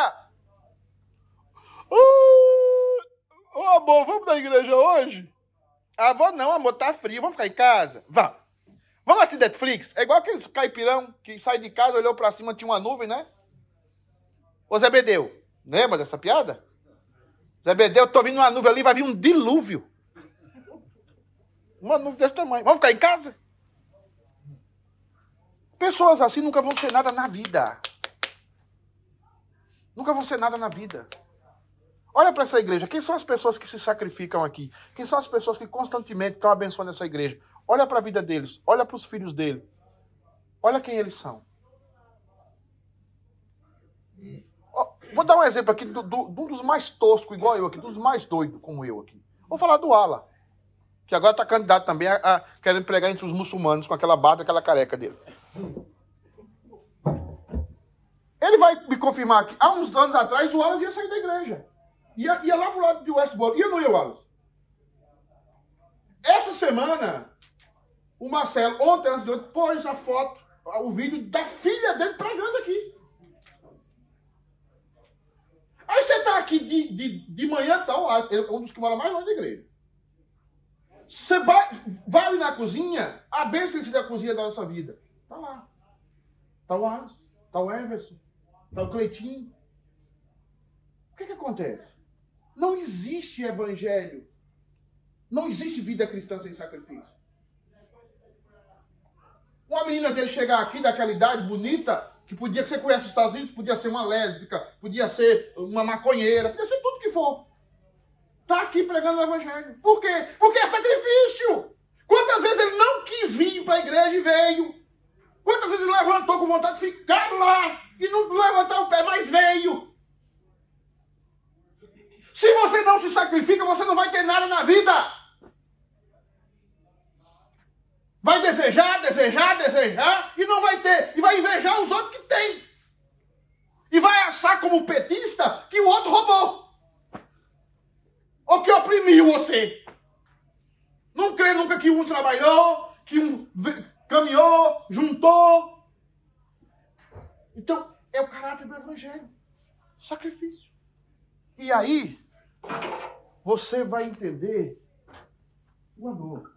A: Amor, vamos na igreja hoje? Ah, vou não, amor, tá frio, vamos ficar em casa? Vamos assistir Netflix? É igual aqueles caipirão que sai de casa, olhou pra cima, tinha uma nuvem, né? Ô Zé Bedeu, lembra dessa piada? Zé Bedeu, tô vindo uma nuvem ali, vai vir um dilúvio. Uma nuvem desse tamanho. Vamos ficar em casa? Pessoas assim nunca vão ser nada na vida. Nunca vão ser nada na vida. Olha para essa igreja. Quem são as pessoas que se sacrificam aqui? Quem são as pessoas que constantemente estão abençoando essa igreja? Olha para a vida deles. Olha para os filhos dele. Olha quem eles são. Vou dar um exemplo aqui de um dos mais toscos, igual eu aqui, dos mais doidos como eu aqui. Vou falar do Ala, que agora está candidato também a querendo pregar entre os muçulmanos com aquela barba e aquela careca dele. Ele vai me confirmar que há uns anos atrás o Ala ia sair da igreja. Ia lá pro lado de Westboro. Ia ou não ia, Wallace? Essa semana, o Marcelo, ontem, antes de hoje, pôs a foto, o vídeo da filha dele pregando aqui. Aí você tá aqui de manhã, tal, ele é um dos que mora mais longe da igreja. Você vai ali na cozinha, a bênção da cozinha da nossa vida. Tá lá. Tá o Wallace, tá o Everson, tá o Cleitinho. O que acontece? Não existe evangelho. Não existe vida cristã sem sacrifício. Uma menina dele chegar aqui daquela idade bonita, que podia que você conhece os Estados Unidos, podia ser uma lésbica, podia ser uma maconheira, podia ser tudo que for. Está aqui pregando o evangelho. Por quê? Porque é sacrifício. Quantas vezes ele não quis vir para a igreja e veio? Quantas vezes ele levantou com vontade de ficar lá e não levantar o pé, mas veio? Se você não se sacrifica, você não vai ter nada na vida. Vai desejar e não vai ter. E vai invejar os outros que tem. E vai achar como petista que o outro roubou. Ou que oprimiu você. Não crê nunca que um trabalhou, que um caminhou, juntou. Então, é o caráter do evangelho. Sacrifício. E aí, você vai entender o amor.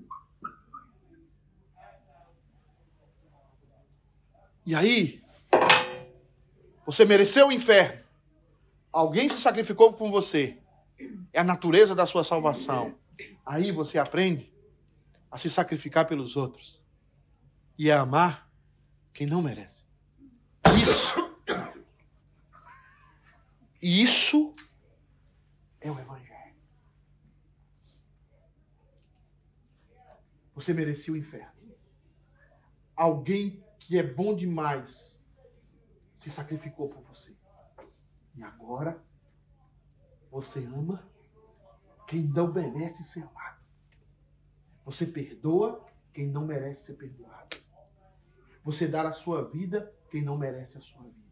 A: E aí, você mereceu o inferno. Alguém se sacrificou por você. É a natureza da sua salvação. Aí você aprende a se sacrificar pelos outros. E a amar quem não merece. Isso é o evangelho. Você merecia o inferno. Alguém que é bom demais se sacrificou por você. E agora você ama quem não merece ser amado. Você perdoa quem não merece ser perdoado. Você dá a sua vida quem não merece a sua vida.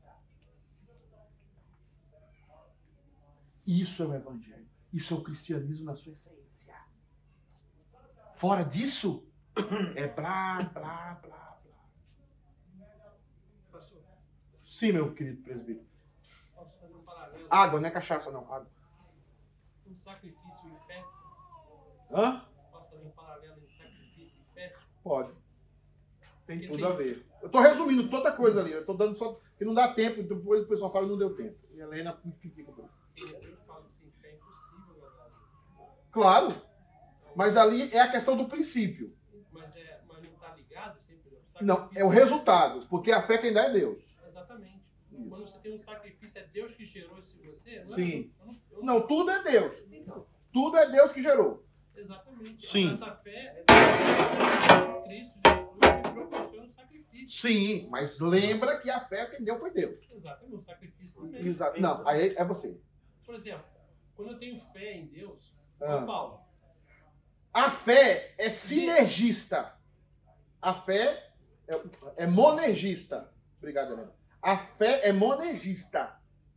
A: Isso é o evangelho. Isso é o cristianismo na sua essência. Fora disso, é blá, blá, blá, blá.
F: Pastor,
A: Sim, meu querido presbítero.
F: posso fazer um paralelo?
A: Água, não é cachaça, não. Água.
F: Um sacrifício e fé.
A: Hã?
F: Posso fazer um paralelo entre sacrifício e fé?
A: Pode. Tem
F: Porque
A: tudo
F: sem
A: a ver. Eu estou resumindo toda coisa ali. Eu estou dando só... Porque não dá tempo. Depois o pessoal fala que não deu tempo. E a Helena critica por isso.
F: Eu falo sem fé é impossível, verdade.
A: Claro. Mas ali é a questão do princípio.
F: Mas não está ligado sempre.
A: Não, é o resultado. Porque a fé quem dá é Deus.
F: Exatamente. Quando você tem um sacrifício, é Deus que gerou isso em você? Não
A: Sim.
F: eu
A: Não, tudo é Deus.
F: Então,
A: Tudo é Deus que gerou.
F: exatamente.
A: Sim.
F: Essa fé é Cristo Jesus que proporciona o sacrifício.
A: Sim, mas lembra que a fé quem deu foi Deus.
F: Exatamente. O sacrifício também.
A: Exato. Não, aí é você.
F: Por exemplo, quando eu tenho fé em Deus,
A: Ah.
F: Paulo,
A: A fé é sinergista. A fé é monergista. Obrigado, Helena. A fé é monergista.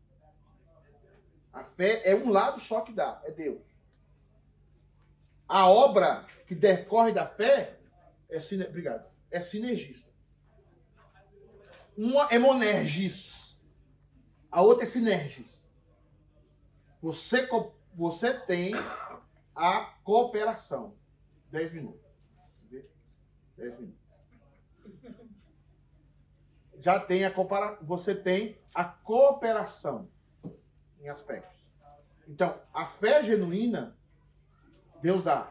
A: A fé é um lado só que dá, é Deus. A obra que decorre da fé é sinergista. Uma é monergis. A outra é sinergis. Você tem a cooperação. 10 minutos. 10 minutos. Já tem você tem a cooperação em aspectos. Então, a fé genuína, Deus dá.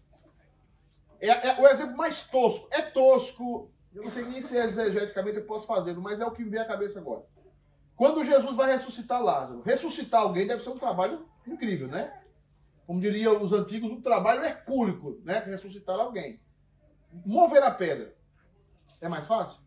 A: É o exemplo mais tosco. É tosco. Eu não sei nem se exegeticamente eu posso fazer, mas é o que me vem à cabeça agora. Quando Jesus vai ressuscitar Lázaro. Ressuscitar alguém deve ser um trabalho incrível, né? Como diriam os antigos, um trabalho hercúleo, né? Ressuscitar alguém. Mover a pedra. É mais fácil?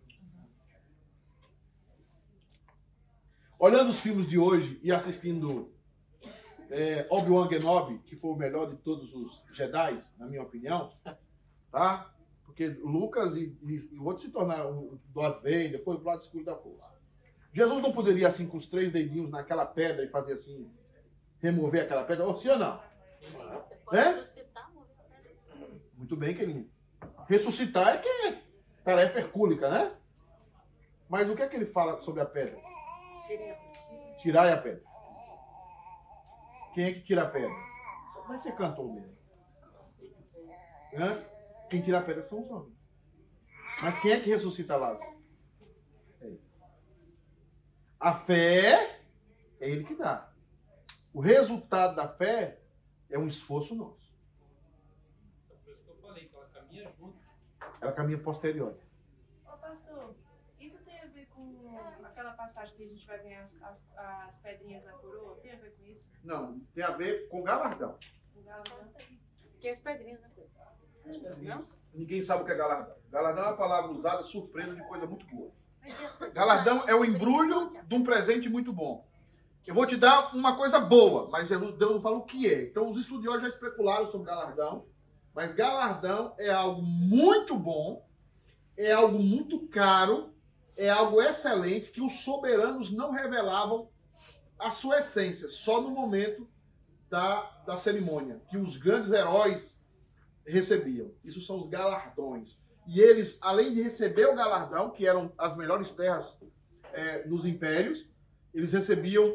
A: Olhando os filmes de hoje e assistindo Obi-Wan Kenobi, que foi o melhor de todos os Jedi, na minha opinião, tá? Porque Lucas e o outro se tornaram o Darth Vader, foi pro lado escuro da força. Jesus não poderia, assim, com os 3 dedinhos naquela pedra e fazer assim, remover aquela pedra? Ou sim ou não?
D: Você pode
A: É?
D: ressuscitar, mover a pedra.
A: Muito bem, querido. Ressuscitar é que é tarefa hercúlica, né? Mas o que é que ele fala sobre a pedra? Tirai a pedra. Quem é que tira a pedra? Mas você cantou mesmo. Hã? Quem tira a pedra são os homens. Mas quem é que ressuscita Lázaro? É ele. A fé é ele que dá. O resultado da fé é um esforço nosso.
G: É por isso que eu falei, que ela caminha junto.
A: Ela caminha posterior.
C: Ô, pastor, isso tem a ver com aquela passagem que a gente vai ganhar as pedrinhas na coroa? Tem a ver com isso?
A: Não, tem a ver com galardão.
C: Com galardão?
D: Tem as pedrinhas, né? Não?
A: Ninguém sabe o que é galardão. Galardão é uma palavra usada surpresa de coisa muito boa. Galardão é o embrulho de um presente muito bom. Eu vou te dar uma coisa boa, mas Deus não fala o que é. Então os estudiosos já especularam sobre galardão, mas galardão é algo muito bom, é algo muito caro, é algo excelente que os soberanos não revelavam a sua essência, só no momento da cerimônia, que os grandes heróis recebiam. Isso são os galardões. E eles, além de receber o galardão, que eram as melhores terras nos impérios, eles recebiam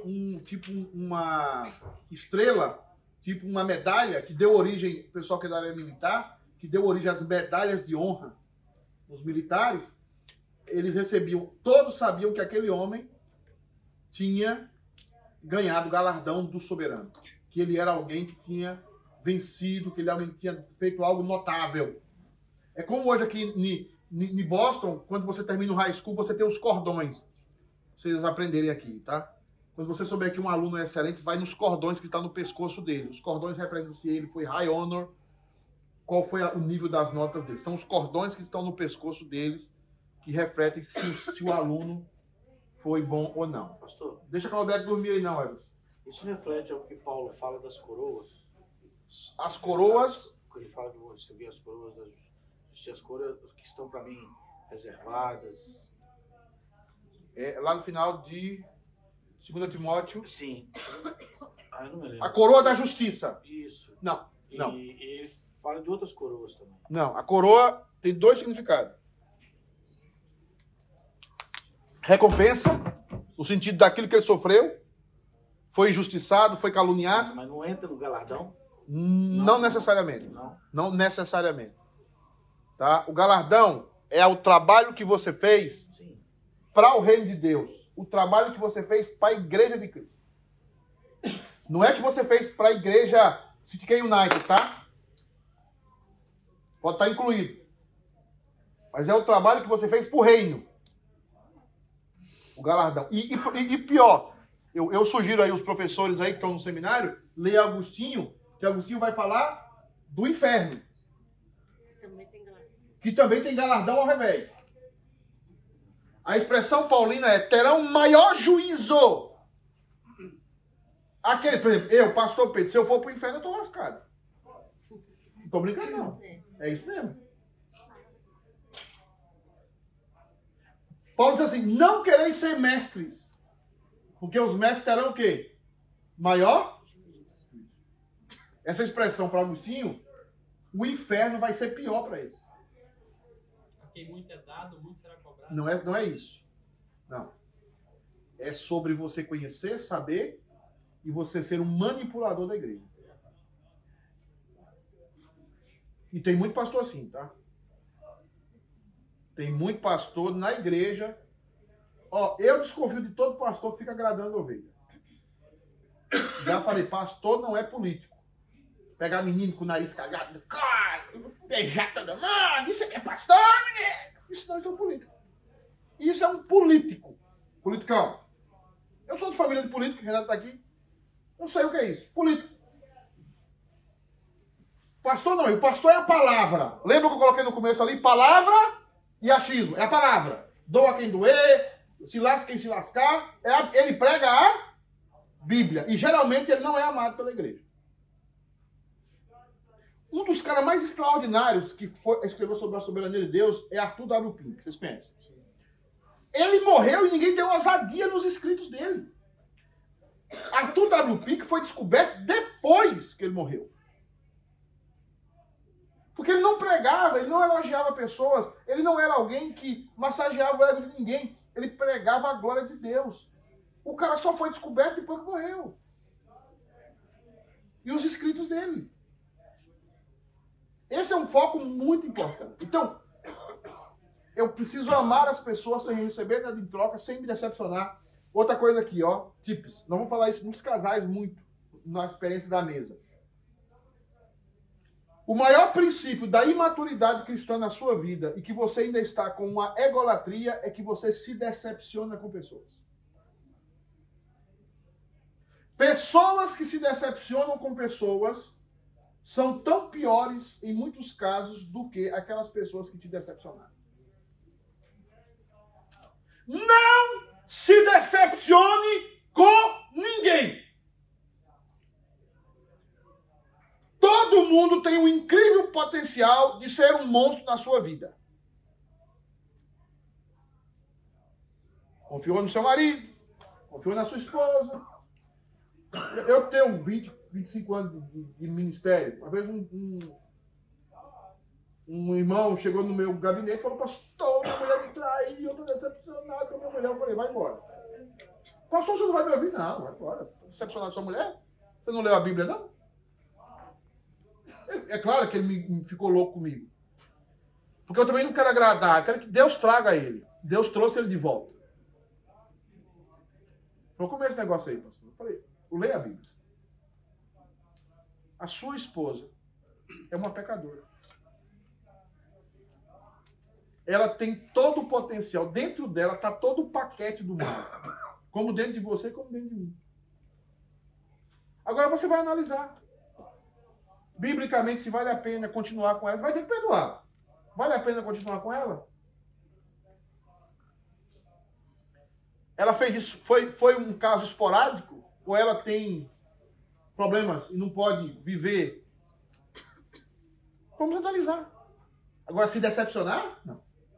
A: uma estrela, tipo uma medalha, que deu origem, o pessoal que é da área militar, que deu origem às medalhas de honra. Os militares, eles recebiam, todos sabiam que aquele homem tinha ganhado o galardão do soberano. Que ele era alguém que tinha vencido, que ele era alguém que tinha feito algo notável. É como hoje aqui em Boston, quando você termina o high school, você tem os cordões. Pra vocês aprenderem aqui, tá? Quando você souber que um aluno é excelente, vai nos cordões que estão no pescoço dele. Os cordões representam se ele foi high honor, qual foi o nível das notas dele. São os cordões que estão no pescoço deles que refletem se o aluno foi bom ou não.
B: Pastor,
A: Deixa a Claudete dormir aí não, Everson.
B: isso reflete ao que Paulo fala das coroas?
A: As coroas...
B: Quando ele fala que você vê as coroas da justiça, as coroas que estão para mim reservadas.
A: lá no final de 2 Timóteo.
B: Sim. Ah, eu não me lembro.
A: A coroa da justiça.
B: Isso.
A: Não, não.
B: E ele fala de outras coroas também.
A: Não, a coroa tem 2 significados. Recompensa, no sentido daquilo que ele sofreu, foi injustiçado, foi caluniado.
B: Mas não entra no galardão?
A: Não necessariamente.
B: Não.
A: Não necessariamente. Tá? O galardão é o trabalho que você fez
B: Sim.
A: para o reino de Deus. O trabalho que você fez para a igreja de Cristo. Não é que você fez para a igreja City K United, tá? Pode estar incluído. Mas é o trabalho que você fez para o reino. O galardão. E pior, eu sugiro aí os professores aí que estão no seminário, ler Agostinho, que Agostinho vai falar do inferno. Que também tem galardão ao revés. A expressão paulina é: terão maior juízo. Aquele, por exemplo, eu, pastor Pedro, se eu for pro inferno, eu tô lascado. Não tô brincando, não. É isso mesmo. Paulo diz assim: não quereis ser mestres, porque os mestres terão o quê? Maior? Essa expressão para Agostinho, o inferno vai ser pior para eles.
G: Porque muito é dado, muito será cobrado.
A: Não é isso. Não. É sobre você conhecer, saber e você ser um manipulador da igreja. E tem muito pastor assim, tá? Tem muito pastor na igreja. Ó, eu desconfio de todo pastor que fica agradando a ovelha. Já falei, pastor não é político. Pegar menino com o nariz cagado, beijar todo mundo, isso aqui é pastor, né? Isso não, isso é um político. Isso é um político. Politicão. Eu sou de família de político, o Renato tá aqui. Eu sei o que é isso. Político. Pastor não, o pastor é a palavra. Lembra que eu coloquei no começo ali? Palavra e achismo. É a palavra. Doa quem doer, se lasca quem se lascar. Ele prega a Bíblia. E geralmente ele não é amado pela igreja. Um dos caras mais extraordinários que escreveu sobre a soberania de Deus é Arthur W. Pink, vocês conhecem? Ele morreu e ninguém deu ousadia nos escritos dele. Arthur W. Pink foi descoberto depois que ele morreu. Porque ele não pregava, ele não elogiava pessoas, ele não era alguém que massageava o ego de ninguém. Ele pregava a glória de Deus. O cara só foi descoberto depois que morreu. E os escritos dele. Esse é um foco muito importante. Então, eu preciso amar as pessoas sem receber nada em troca, sem me decepcionar. Outra coisa aqui, ó, tips. Nós vamos falar isso nos casais muito, na experiência da mesa. O maior princípio da imaturidade cristã na sua vida e que você ainda está com uma egolatria é que você se decepciona com pessoas. Pessoas que se decepcionam com pessoas são tão piores, em muitos casos, do que aquelas pessoas que te decepcionaram. Não se decepcione com ninguém. Todo mundo tem um incrível potencial de ser um monstro na sua vida. Confiou no seu marido, confiou na sua esposa. Eu tenho 25 anos de ministério. Uma vez um irmão chegou no meu gabinete e falou: pastor, minha mulher me traiu, eu estou decepcionado com a minha mulher. Eu falei: vai embora. Pastor, você não vai me ouvir? Não, vai embora. Decepcionado com sua mulher? Você não leu a Bíblia, não? É claro que ele ficou louco comigo. Porque eu também não quero agradar. Eu quero que Deus traga ele. Deus trouxe ele de volta. Falou: como é esse negócio aí, pastor? Eu falei: leia a Bíblia. A sua esposa é uma pecadora. Ela tem todo o potencial. Dentro dela está todo o paquete do mal. Como dentro de você, como dentro de mim. Agora você vai analisar. Biblicamente, se vale a pena continuar com ela, vai ter que perdoar. Vale a pena continuar com ela? Ela fez isso, foi um caso esporádico? Ou ela tem problemas e não pode viver? Vamos analisar. Agora, se decepcionar? Não.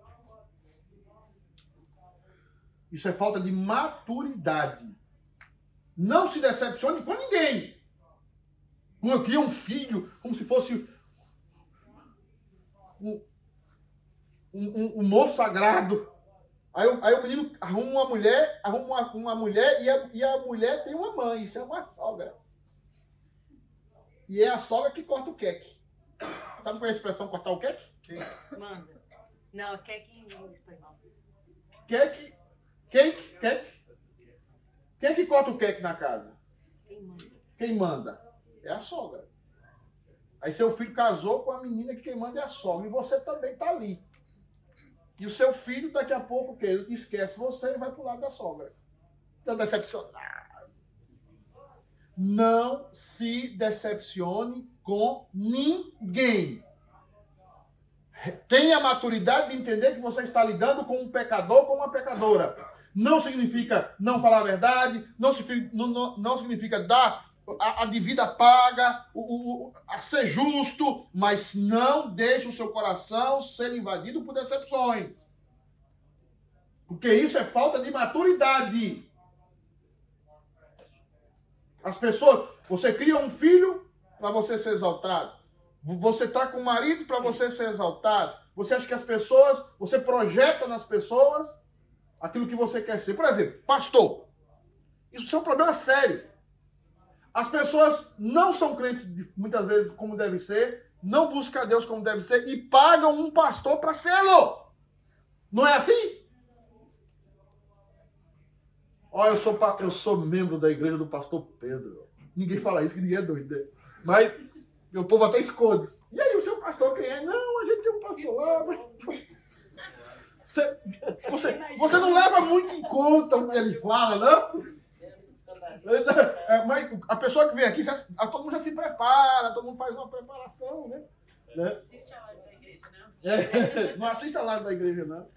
A: Isso é falta de maturidade. Não se decepcione com ninguém. Eu queria um filho, como se fosse um moço sagrado. Aí o menino arruma uma mulher e a mulher tem uma mãe, isso é uma sogra. E é a sogra que corta o queque. Sabe qual é a expressão cortar o queque?
H: Manda. Não, queque em espanhol.
A: Queque. Quem é que corta o queque na casa? Quem manda? É a sogra. Aí seu filho casou com a menina que quem manda é a sogra. E você também está ali. E o seu filho, daqui a pouco, o quê? Esquece você e vai pro lado da sogra. Está decepcionado. Não se decepcione com ninguém. Tenha a maturidade de entender que você está lidando com um pecador, com uma pecadora. Não significa não falar a verdade, não significa dar a devida paga, a ser justo, mas não deixe o seu coração ser invadido por decepções. Porque isso é falta de maturidade. As pessoas, você cria um filho para você ser exaltado. Você está com um marido para você ser exaltado. Você acha que as pessoas, você projeta nas pessoas aquilo que você quer ser. Por exemplo, pastor. Isso é um problema sério. As pessoas não são crentes muitas vezes como deve ser, não buscam a Deus como deve ser e pagam um pastor para sê-lo. Não é assim? Olha, eu sou membro da igreja do pastor Pedro. Ninguém fala isso, que ninguém é doido, né? Mas o povo até esconde. E aí, o seu pastor quem é? Não, a gente tem um pastor lá, mas... Você não leva muito em conta o que ele fala, não? Mas a pessoa que vem aqui, todo mundo já se prepara, todo mundo faz uma preparação, né?
H: Assiste a live da igreja, não?
A: Não assista a live da igreja, não.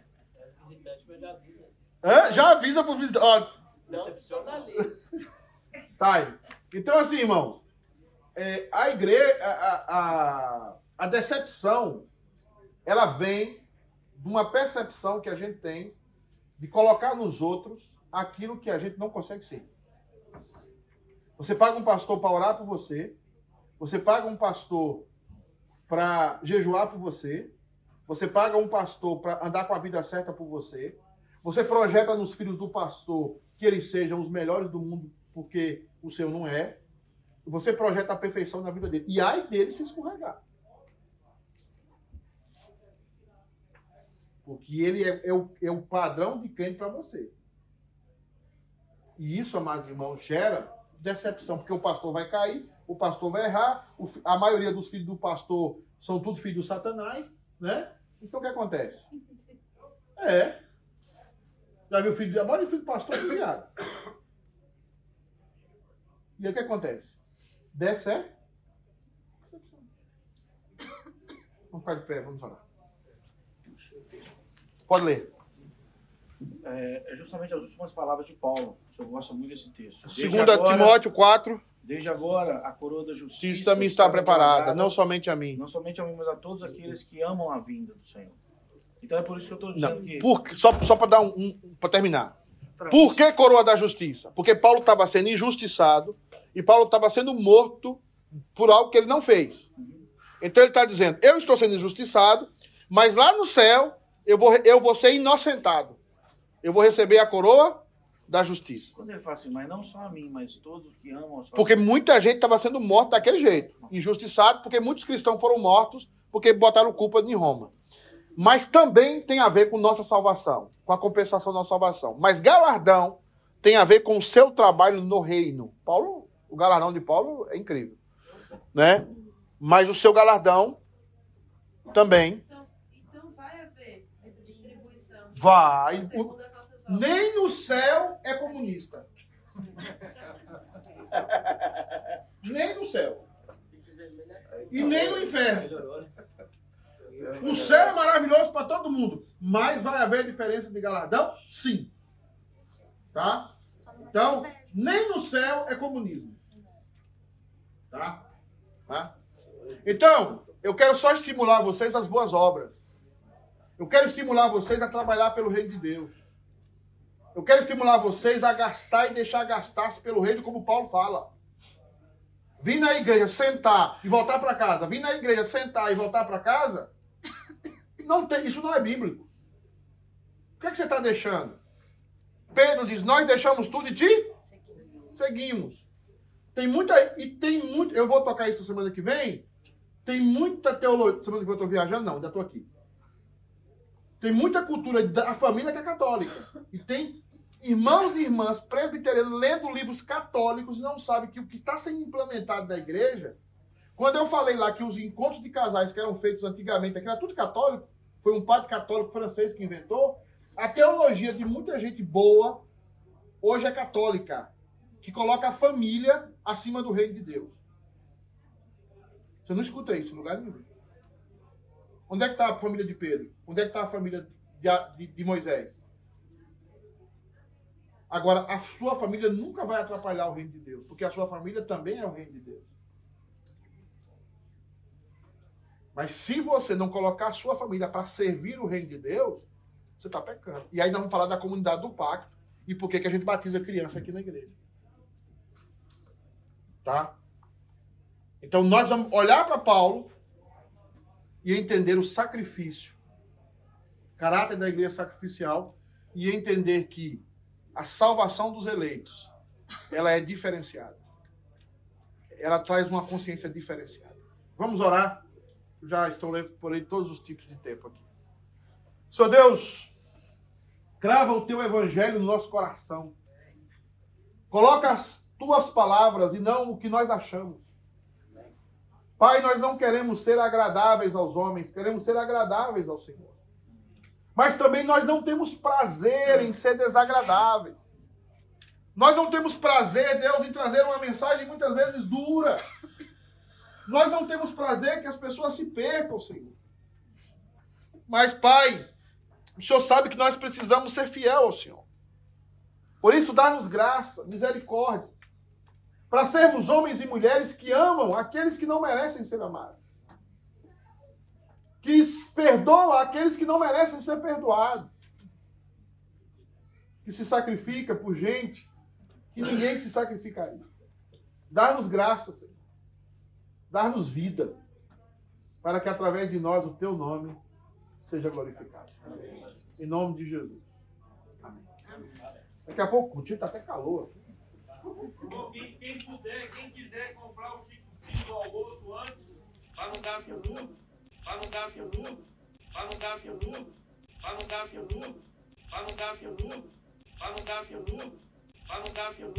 G: É?
A: Já avisa pro visitante.
H: Decepcionaliza.
A: Tá. Então, assim, irmãos, a igreja, a decepção, ela vem de uma percepção que a gente tem de colocar nos outros aquilo que a gente não consegue ser. Você paga um pastor para orar por você. Você paga um pastor para jejuar por você. Você paga um pastor para andar com a vida certa por você. Você projeta nos filhos do pastor que eles sejam os melhores do mundo, porque o seu não é. Você projeta a perfeição na vida dele. E ai dele se escorregar. Porque ele é o padrão de crente para você. E isso, amados irmãos, gera decepção, porque o pastor vai cair, o pastor vai errar, a maioria dos filhos do pastor são tudo filhos de Satanás, né? Então o que acontece? Já viu a maioria do filho do pastor é desviado. E aí o que acontece? Decepção. Vamos ficar de pé, vamos orar. Pode ler.
B: É justamente as últimas palavras de Paulo. O senhor gosta muito desse texto.
A: 2 Timóteo 4.
B: Desde agora, a coroa da justiça
A: me está preparada, não somente a mim.
B: Não somente a mim, mas a todos aqueles que amam a vinda do Senhor. Então é por isso que eu estou dizendo que...
A: Só para dar para terminar. Por que coroa da justiça? Porque Paulo estava sendo injustiçado e Paulo estava sendo morto por algo que ele não fez. Então ele está dizendo, eu estou sendo injustiçado, mas lá no céu eu vou ser inocentado. Eu vou receber a coroa da justiça.
B: Quando ele fala assim, mas não só a mim, mas todos que amam...
A: Porque muita gente estava sendo morta daquele jeito. Injustiçado, porque muitos cristãos foram mortos porque botaram culpa em Roma. Mas também tem a ver com nossa salvação, com a compensação da nossa salvação. Mas galardão tem a ver com o seu trabalho no reino. O galardão de Paulo é incrível, né? Mas o seu galardão também...
C: Então vai haver essa distribuição.
A: Vai.
C: Segundo as nossas obras.
A: Nem o céu é comunista. Nem no céu. E nem no inferno. O céu é maravilhoso para todo mundo. Mas vai haver diferença de galardão? Sim. Tá? Então, nem no céu é comunismo. Tá? Então, eu quero só estimular vocês às boas obras. Eu quero estimular vocês a trabalhar pelo reino de Deus. Eu quero estimular vocês a gastar e deixar gastar-se pelo reino, como Paulo fala. Vir na igreja, sentar e voltar para casa. Vir na igreja, sentar e voltar para casa. Isso não é bíblico. O que é que você está deixando? Pedro diz, nós deixamos tudo e te seguimos. Eu vou tocar isso semana que vem. Tem muita teologia. Semana que vem eu estou viajando? Não, ainda estou aqui. Tem muita cultura da família que é católica. E tem irmãos e irmãs presbiterianos lendo livros católicos e não sabem que o que está sendo implementado na igreja... Quando eu falei lá que os encontros de casais que eram feitos antigamente, aquilo era tudo católico, foi um padre católico francês que inventou, a teologia de muita gente boa hoje é católica, que coloca a família acima do reino de Deus. Você não escuta isso em lugar nenhum. Onde é que está a família de Pedro? Onde é que está a família de Moisés? Agora, a sua família nunca vai atrapalhar o reino de Deus, porque a sua família também é o reino de Deus. Mas se você não colocar a sua família para servir o reino de Deus, você está pecando. E aí nós vamos falar da comunidade do pacto e por que a gente batiza criança aqui na igreja. Tá? Então nós vamos olhar para Paulo e entender o sacrifício, caráter da igreja sacrificial e entender que a salvação dos eleitos, ela é diferenciada. Ela traz uma consciência diferenciada. Vamos orar? Já estou por aí todos os tipos de tempo aqui. Senhor Deus, crava o teu evangelho no nosso coração. Coloca as tuas palavras e não o que nós achamos. Pai, nós não queremos ser agradáveis aos homens, queremos ser agradáveis ao Senhor. Mas também nós não temos prazer em ser desagradáveis. Nós não temos prazer, Deus, em trazer uma mensagem muitas vezes dura. Nós não temos prazer que as pessoas se percam, Senhor. Mas, Pai, o Senhor sabe que nós precisamos ser fiel ao Senhor. Por isso, dá-nos graça, misericórdia, para sermos homens e mulheres que amam aqueles que não merecem ser amados. Que perdoam aqueles que não merecem ser perdoados. Que se sacrifica por gente que ninguém se sacrificaria. Dá-nos graça, Senhor. Dá-nos vida, para que através de nós o teu nome seja glorificado. Em nome de Jesus. Amém. Daqui a pouco, o tio está até calor aqui.
I: Quem puder, quem quiser comprar o Chico do almoço antes, para não dar tudo, para não dar tudo, para não dar tudo, para não dar tudo, para não dar tudo, para não dar tudo, para não dar tudo.